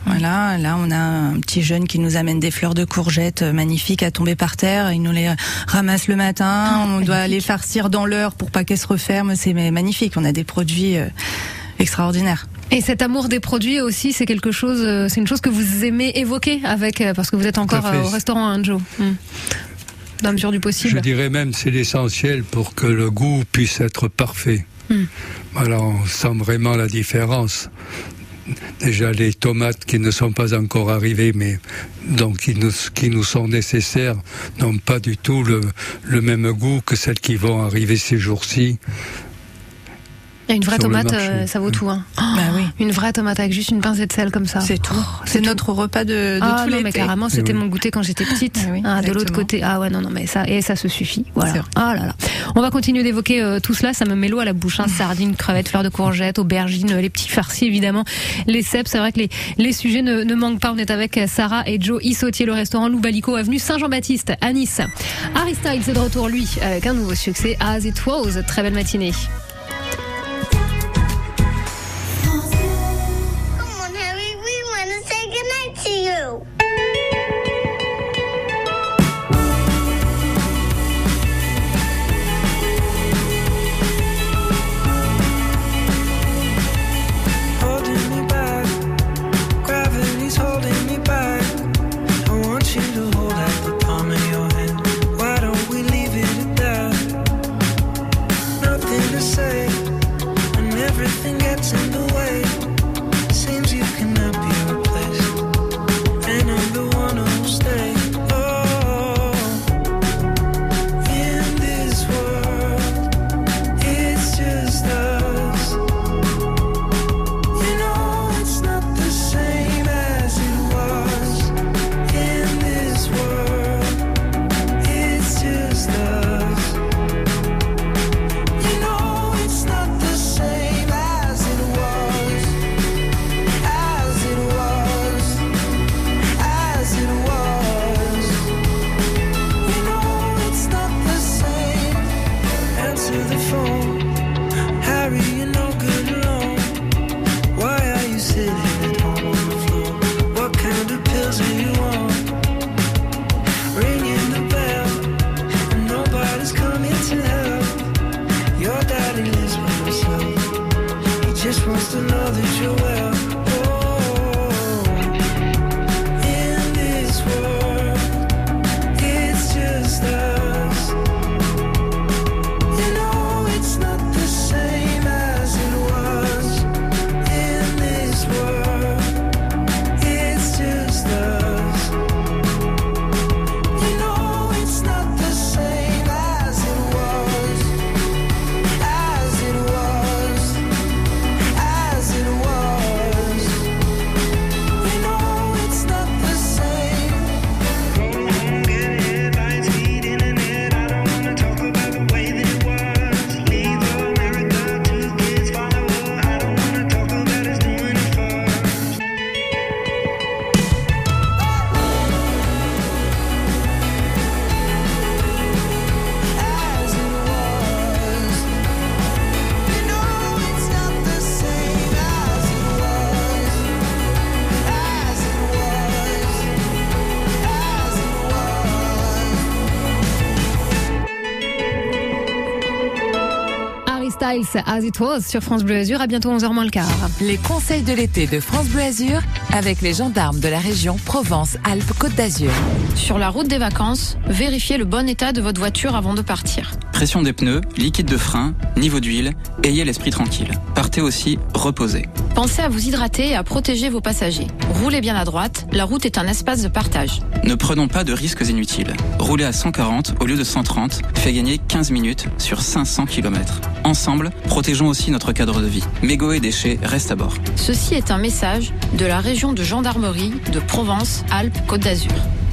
Voilà, là on a un petit jeune qui nous amène des fleurs de courgettes magnifiques à tomber par terre. Il nous les ramasse le matin. Oh, on magnifique. Doit les farcir dans l'heure pour pas qu'elles se referment. C'est magnifique. On a des produits euh, extraordinaires. Et cet amour des produits aussi, c'est quelque chose, c'est une chose que vous aimez évoquer avec, parce que vous êtes encore au restaurant, hein, Joe. Mmh. Dans la mesure du possible. Je dirais même c'est l'essentiel pour que le goût puisse être parfait. Mmh. Voilà, on sent vraiment la différence. Déjà les tomates qui ne sont pas encore arrivées, mais donc qui nous, qui nous sont nécessaires, n'ont pas du tout le, le même goût que celles qui vont arriver ces jours-ci. Il y a une vraie tomate, euh, ça vaut tout. Hein. Oh, bah oui. Une vraie tomate avec juste une pincée de sel comme ça. C'est tout. Oh, c'est, c'est notre tout. repas de, de ah, tous les non, mais carrément, c'était oui. mon goûter quand j'étais petite. Oui, ah, de l'autre côté. Ah ouais, non, non, mais ça, et ça se suffit. Voilà. Ah là là. On va continuer d'évoquer euh, tout cela. Ça me met l'eau à la bouche. Hein. Sardines, crevettes, fleurs de courgettes, aubergines, les petits farcis évidemment, les cèpes. C'est vrai que les les sujets ne, ne manquent pas. On est avec Sarah et Joe Issautier, le restaurant Lou Balico, avenue Saint-Jean-Baptiste à Nice. Harry Styles est de retour lui avec un nouveau succès, As It Was. Très belle matinée. Styles, As It Was sur France Bleu Azur. À bientôt onze heures moins le quart. Les conseils de l'été de France Bleu Azur avec les gendarmes de la région Provence-Alpes-Côte d'Azur. Sur la route des vacances, vérifiez le bon état de votre voiture avant de partir. Pression des pneus, liquide de frein, niveau d'huile, ayez l'esprit tranquille. Partez aussi reposé. Pensez à vous hydrater et à protéger vos passagers. Roulez bien à droite, la route est un espace de partage. Ne prenons pas de risques inutiles. Rouler à cent quarante au lieu de cent trente fait gagner quinze minutes sur cinq cents kilomètres. Ensemble, protégeons aussi notre cadre de vie. Mégots et déchets restent à bord. Ceci est un message de la région de gendarmerie de Provence-Alpes-Côte d'Azur.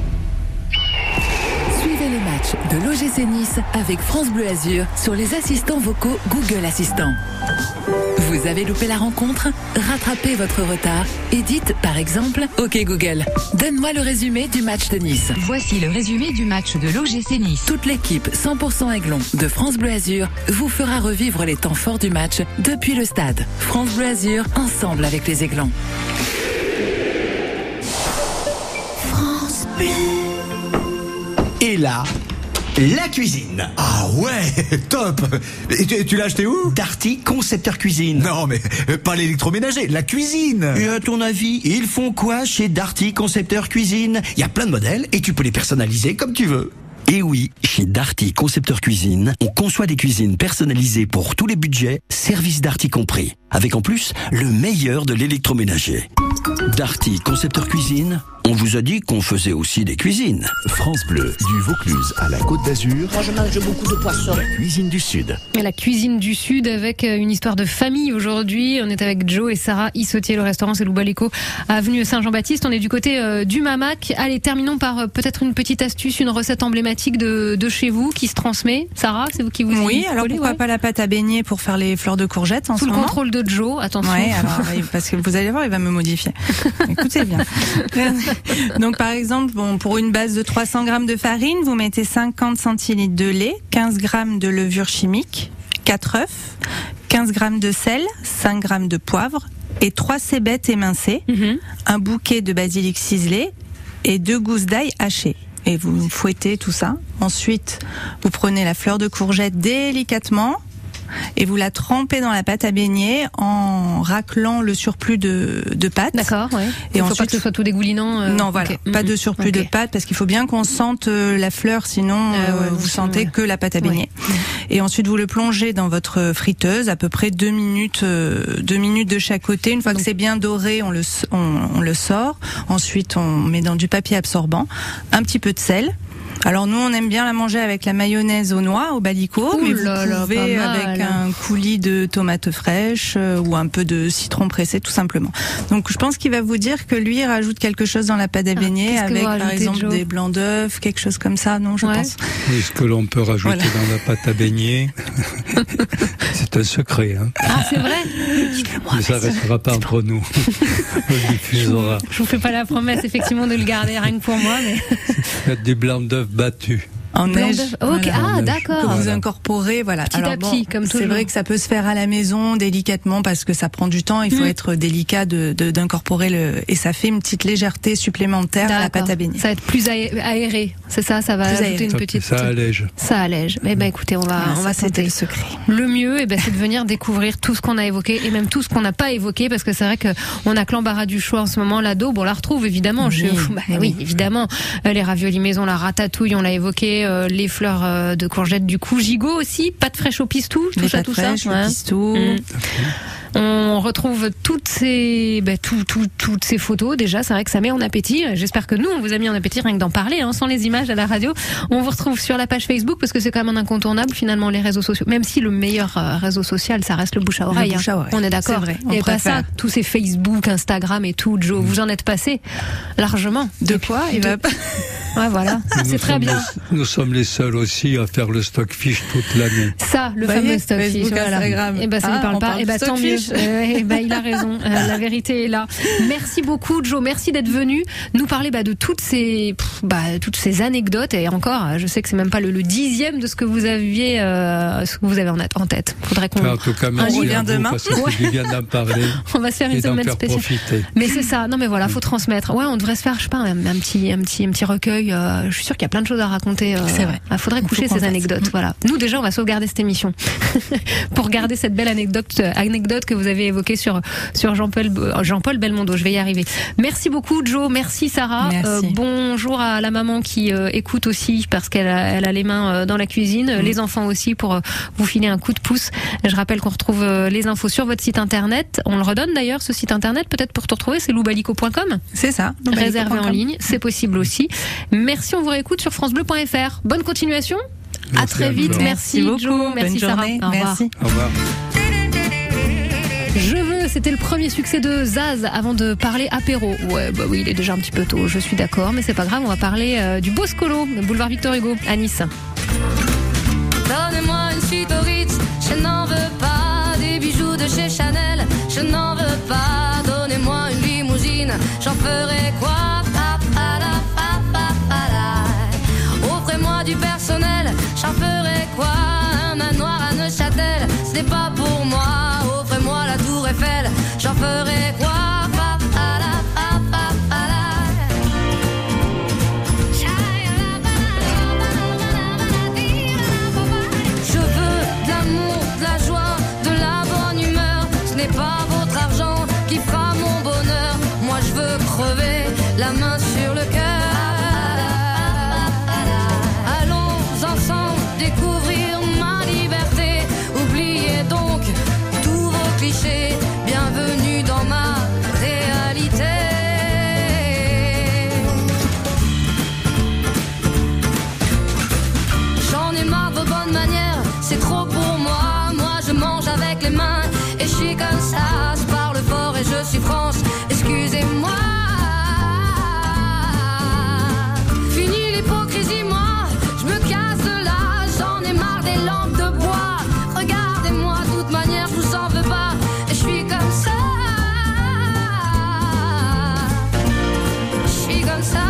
Suivez le match de l'O G C Nice avec France Bleu Azur sur les assistants vocaux Google Assistant. Vous avez loupé la rencontre? Rattrapez votre retard et dites par exemple « Ok Google, donne-moi le résumé du match de Nice ». Voici le résumé du match de l'O G C Nice. Toute l'équipe cent pour cent Aiglon de France Bleu Azur vous fera revivre les temps forts du match depuis le stade. France Bleu Azur, ensemble avec les Aiglons. Et là, la cuisine. Ah ouais, top. Et tu, tu l'as acheté où? Darty Concepteur Cuisine. Non mais euh, pas l'électroménager, la cuisine. Et à ton avis, ils font quoi chez Darty Concepteur Cuisine? Il y a plein de modèles et tu peux les personnaliser comme tu veux. Et oui, chez Darty Concepteur Cuisine, on conçoit des cuisines personnalisées pour tous les budgets, service Darty compris. Avec en plus, le meilleur de l'électroménager. Darty Concepteur Cuisine, on vous a dit qu'on faisait aussi des cuisines. France Bleu, du Vaucluse à la Côte d'Azur. Moi, je mange beaucoup de poissons. La cuisine du Sud. Et la cuisine du Sud avec une histoire de famille aujourd'hui. On est avec Joe et Sarah Issautier. Le restaurant, c'est Loubaléco, avenue Saint-Jean-Baptiste. On est du côté euh, du Mamac. Allez, terminons par euh, peut-être une petite astuce, une recette emblématique de, de chez vous qui se transmet. Sarah, c'est vous qui vous Oui, y alors collez, pourquoi ouais. pas la pâte à beignet pour faire les fleurs de courgettes en Sous ce le moment. contrôle de Joe, attention. Ouais, alors, parce que vous allez voir, il va me modifier. Écoutez bien. Donc, par exemple, bon, pour une base de trois cents grammes de farine, vous mettez cinquante centilitres de lait, quinze grammes de levure chimique, quatre œufs, quinze grammes de sel, cinq grammes de poivre et trois cébettes émincées, mm-hmm. un bouquet de basilic ciselé et deux gousses d'ail hachées. Et vous fouettez tout ça. Ensuite, vous prenez la fleur de courgette délicatement et vous la trempez dans la pâte à beignet en raclant le surplus de, de pâte. D'accord, ouais. Et il faut ensuite, pas que ce soit tout dégoulinant. Euh... Non, voilà, okay. pas de surplus okay. de pâte parce qu'il faut bien qu'on sente euh, la fleur, sinon euh, ouais, vous sentez ouais. que la pâte à beignet. Ouais. Et ensuite, vous le plongez dans votre friteuse, à peu près deux minutes, euh, deux minutes de chaque côté. Une fois Donc. que c'est bien doré, on le, on, on le sort. Ensuite, on met dans du papier absorbant, un petit peu de sel. Alors nous, on aime bien la manger avec la mayonnaise aux noix, au balico, Ouh mais vous là là, pouvez avec un coulis de tomates fraîches euh, ou un peu de citron pressé, tout simplement. Donc je pense qu'il va vous dire que lui il rajoute quelque chose dans la pâte à beignet, ah, avec par exemple Joe des blancs d'œufs, quelque chose comme ça, non, je ouais. pense. Est-ce que l'on peut rajouter voilà. dans la pâte à beignet? C'est un secret, hein. Ah, c'est vrai? Mais ça restera pas entre nous. On le diffusera. Je vous fais pas la promesse, effectivement, de le garder rien que pour moi, mais. Mettre du blanc d'œuf battu. En neige. Okay. Voilà. Ah, d'accord. Que vous incorporez, voilà. Petit Alors, à petit, bon, comme toujours. C'est vrai que ça peut se faire à la maison, délicatement, parce que ça prend du temps. Il faut mmh. être délicat de, de, d'incorporer le, et ça fait une petite légèreté supplémentaire d'accord. à la pâte à beignet. Ça va être plus aéré. C'est ça, ça va plus ajouter aéré. une petite. Ça allège. Ça allège. Mais ben, écoutez, on va, ah, on va ça, tenter. le secret. Le mieux, eh ben, c'est de venir découvrir tout ce qu'on a évoqué et même tout ce qu'on n'a pas évoqué, parce que c'est vrai que on a que l'embarras du choix en ce moment. L'ado, bon, on la retrouve évidemment. Oui, chez... bah, oui. oui, évidemment. Euh, les raviolis maison, la ratatouille, on l'a évoqué, euh, les fleurs de courgettes du coup, gigot aussi, pâte fraîche au pistou, tout les ça, tout fraîches, ça. Ouais. Au pistou. Mmh. On retrouve toutes ces, ben, tout, tout, toutes ces photos. Déjà, c'est vrai que ça met en appétit. J'espère que nous, on vous a mis en appétit rien que d'en parler, hein, sans les images à la radio. On vous retrouve sur la page Facebook parce que c'est quand même un incontournable finalement les réseaux sociaux. Même si le meilleur euh, réseau social, ça reste le bouche à oreille. Le bouche à oreille. Hein. On est d'accord. C'est vrai, on et préfère. pas ça, tous ces Facebook, Instagram et tout. Joe, mmh. vous en êtes passé largement. De quoi il va pas. Ouais, voilà. Nous c'est très bien. Les, nous sommes les seuls aussi à faire le stockfish toute l'année. Ça, le bah fameux y stockfish. Voilà. Et ben, ça ah, ne parle pas. Parle et ben, tant mieux. Et ben, il a raison. Euh, la vérité est là. Merci beaucoup, Joe. Merci d'être venu nous parler bah, de toutes ces, pff, bah, toutes ces anecdotes. Et encore, je sais que c'est même pas le, le dixième de ce que vous aviez, euh, ce que vous avez en, en tête. Faudrait qu'on. En tout cas, merci on revient demain. Parce que c'est bien d'en parler. On va se faire une et semaine faire spéciale. Profiter. Mais c'est ça. Non, mais voilà, faut transmettre. Ouais, on devrait se faire, je sais pas, un, un petit, un petit, un petit recueil. Euh, je suis sûre qu'il y a plein de choses à raconter. Euh, c'est vrai. Il faudrait coucher ces anecdotes. Voilà. Nous déjà, on va sauvegarder cette émission pour garder cette belle anecdote, anecdote que vous avez évoquée sur sur Jean-Paul Jean-Paul Belmondo. Je vais y arriver. Merci beaucoup, Joe. Merci, Sarah. Merci. Euh, bonjour à la maman qui euh, écoute aussi parce qu'elle a, elle a les mains euh, dans la cuisine. Mmh. Les enfants aussi pour euh, vous filer un coup de pouce. Je rappelle qu'on retrouve euh, les infos sur votre site internet. On le redonne d'ailleurs, ce site internet, peut-être pour te retrouver, c'est loubaliko point com. C'est ça. Réservé en ligne, c'est possible aussi. Merci, on vous réécoute sur francebleu point fr. Bonne continuation. Merci à très vite. Merci, merci beaucoup. Joe. Merci, bonne Sarah. journée. Au revoir. Merci. Au revoir. Je veux, c'était le premier succès de Zaz avant de parler apéro. Ouais, bah oui, il est déjà un petit peu tôt, je suis d'accord, mais c'est pas grave, on va parler euh, du Boscolo, le boulevard Victor Hugo, à Nice. Donnez-moi une suite au Ritz, je n'en veux pas. Des bijoux de chez Chanel, je n'en veux pas. Donnez-moi une limousine, j'en ferai quoi? Offrez-moi du personnel, j'en ferai quoi? Un manoir à Neuchâtel, ce n'est pas pour moi. Offrez-moi la tour Eiffel, j'en ferai quoi? n'est pas votre argent qui fera mon bonheur. Moi je veux crever la main sur le cœur. Allons ensemble découvrir ma liberté. Oubliez donc tous vos clichés. Bienvenue dans ma réalité. J'en ai marre de vos bonnes manières, c'est trop pour moi. Moi je mange avec les mains et je suis comme ça. Je parle fort et je suis France, excusez-moi. Fini l'hypocrisie, moi je me casse de là. J'en ai marre des lampes de bois. Regardez-moi, de toute manière je vous en veux pas. Et je suis comme ça. Je suis comme ça.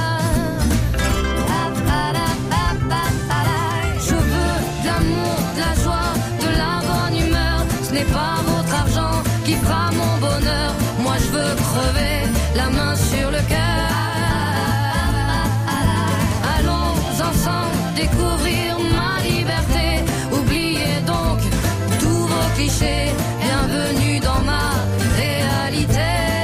Je veux de l'amour, de la joie, de la bonne humeur. Ce n'est pas votre argent qui fera mon bonheur. Moi je veux crever la main sur le cœur. Allons ensemble découvrir ma liberté. Oubliez donc tous vos clichés. Bienvenue dans ma réalité.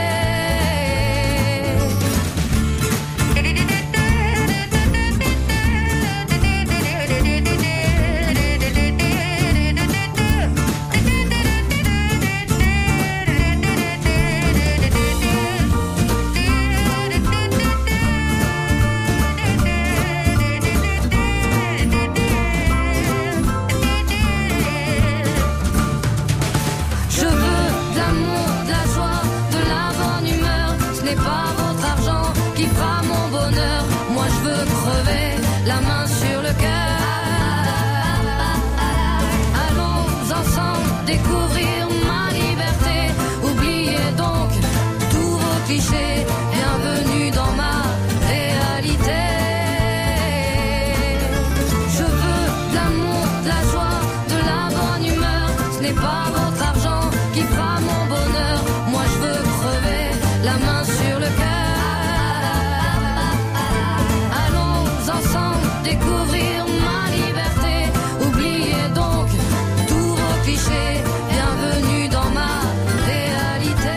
La main sur le cœur. Allons ensemble découvrir ma liberté. Oubliez donc tous vos clichés. Bienvenue dans ma réalité. Je veux de l'amour, de la joie, de la bonne humeur. Ce n'est pas votre argent qui fera mon bonheur. Moi je veux crever la main sur le cœur. Ensemble découvrir ma liberté. Oubliez donc tous vos clichés. Bienvenue dans ma réalité.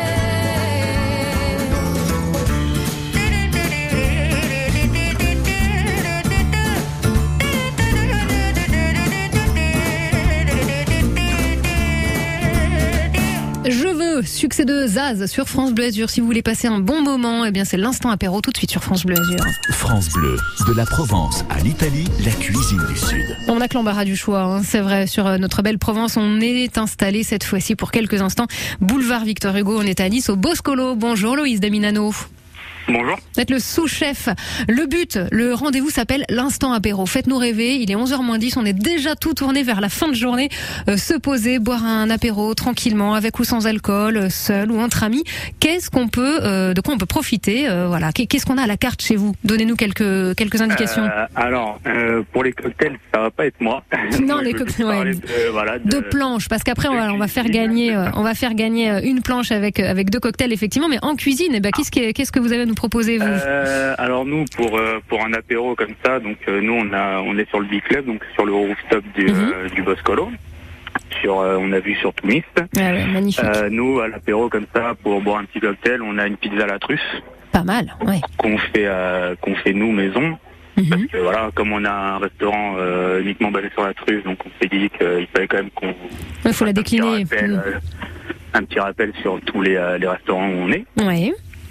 Je veux, succès de Zaz sur France Bleu Azur. Si vous voulez passer un bon moment, eh bien c'est l'instant apéro tout de suite sur France Bleu Azur. France Bleu, de la Provence à l'Italie, la cuisine du Sud. On a que l'embarras du choix, hein, c'est vrai. Sur notre belle Provence, on est installé cette fois-ci pour quelques instants. Boulevard Victor Hugo, on est à Nice, au Boscolo. Bonjour Loïs Daminano. Bonjour. Vous êtes le sous-chef. Le but, le rendez-vous s'appelle l'instant apéro. Faites-nous rêver, il est onze heures moins dix, on est déjà tout tourné vers la fin de journée. Euh, se poser, boire un apéro tranquillement, avec ou sans alcool, seul ou entre amis. Qu'est-ce qu'on peut, euh, de quoi on peut profiter euh, Voilà. Qu'est-ce qu'on a à la carte chez vous? Donnez-nous quelques quelques indications. Euh, alors, euh, pour les cocktails, ça va pas être moi. Non, les cocktails. Ouais. De, voilà, de, de planches, parce qu'après on va, on va faire gagner, euh, on va faire gagner une planche avec avec deux cocktails effectivement, mais en cuisine, eh ben qu'est-ce que qu'est-ce que vous avez à nous proposer vous? euh, Alors nous, pour euh, pour un apéro comme ça, donc euh, nous on a on est sur le Big Club, donc sur le rooftop du mm-hmm. euh, du Boscolo. Sur, euh, on a vu sur Toumiste. Ah ouais, magnifique. Euh, nous, à l'apéro comme ça, pour boire un petit cocktail, on a une pizza à la truffe. Pas mal, ouais. Qu'on fait, euh, qu'on fait nous maison. Mm-hmm. Parce que voilà, comme on a un restaurant euh, uniquement basé sur la truffe, donc on s'est dit qu'il fallait quand même qu'on. Il faut la décliner. Un petit rappel, mm. euh, un petit rappel sur tous les, euh, les restaurants où on est. Ouais.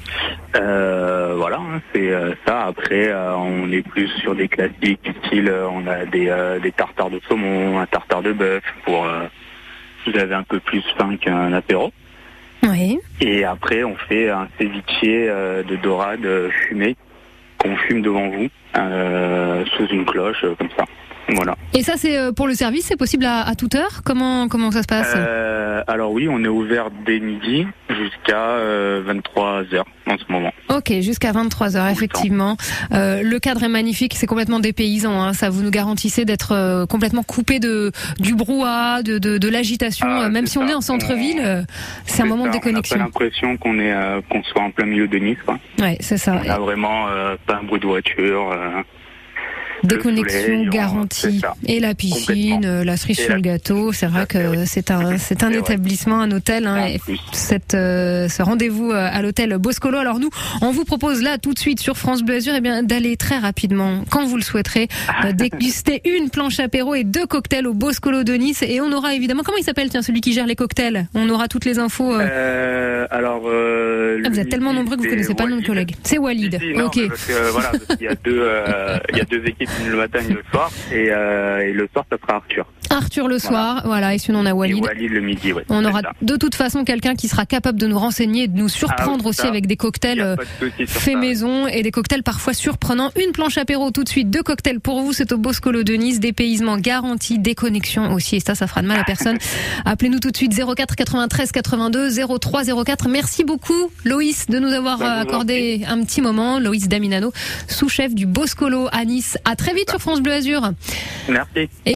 Euh, voilà, hein, c'est euh, ça. Après, euh, on est plus sur des classiques du style, euh, on a des, euh, des tartares de saumon, un tartare de bœuf pour euh, vous avez un peu plus faim qu'un apéro. Oui. Et après, on fait un ceviche euh, de dorade fumée qu'on fume devant vous euh, sous une cloche euh, comme ça. Voilà. Et ça, c'est pour le service, c'est possible à, à toute heure? Comment comment ça se passe? euh, Alors oui, on est ouvert dès midi jusqu'à euh, vingt-trois heures en ce moment. Ok, jusqu'à vingt-trois heures, effectivement. Le, euh, le cadre est magnifique, c'est complètement dépaysant. Hein. Ça vous nous garantissez d'être euh, complètement coupé de du brouhaha, de de, de l'agitation. Ah, même si ça. On est en centre-ville, on... c'est, c'est un moment ça. de déconnexion. On n'a pas l'impression qu'on est euh, qu'on soit en plein milieu de Nice, quoi. Ouais, c'est ça. On a vraiment euh, pas un bruit de voiture. Euh... Déconnexion garantie. Et la piscine, euh, la cerise sur le gâteau. C'est vrai que c'est un, c'est un établissement, un hôtel. Hein, et cette, euh, ce rendez-vous à l'hôtel Boscolo. Alors nous, on vous propose là tout de suite sur France Bleu Azur, eh bien d'aller très rapidement, quand vous le souhaiterez, euh, déguster une planche apéro et deux cocktails au Boscolo de Nice. Et on aura évidemment, comment il s'appelle, tiens, celui qui gère les cocktails. On aura toutes les infos. Euh... Euh, alors, euh, ah, vous êtes tellement nombreux que vous connaissez pas le nom de collègue. C'est Walid. Si, si, non, ok. Parce que, voilà, parce qu'il y a deux, euh, il y a deux équipes, une le matin, une le soir, et, euh, et le soir, ça sera Arthur. Arthur le soir, voilà, voilà et sinon on a Walid. Et Walid le midi, ouais. On aura de toute façon quelqu'un qui sera capable de nous renseigner et de nous surprendre ah, oui, aussi ça. Avec des cocktails faits maison et des cocktails parfois surprenants. Une planche apéro tout de suite, deux cocktails pour vous, c'est au Boscolo de Nice, dépaysement garanti, déconnexion aussi, et ça, ça fera de mal à personne. Appelez-nous tout de suite zéro quatre quatre-vingt-treize quatre-vingt-deux zéro trois zéro quatre. Merci beaucoup Loïs de nous avoir bah, accordé un petit moment. Loïs Daminano, sous-chef du Boscolo à Nice. À très vite sur France Bleu Azur. Merci. Et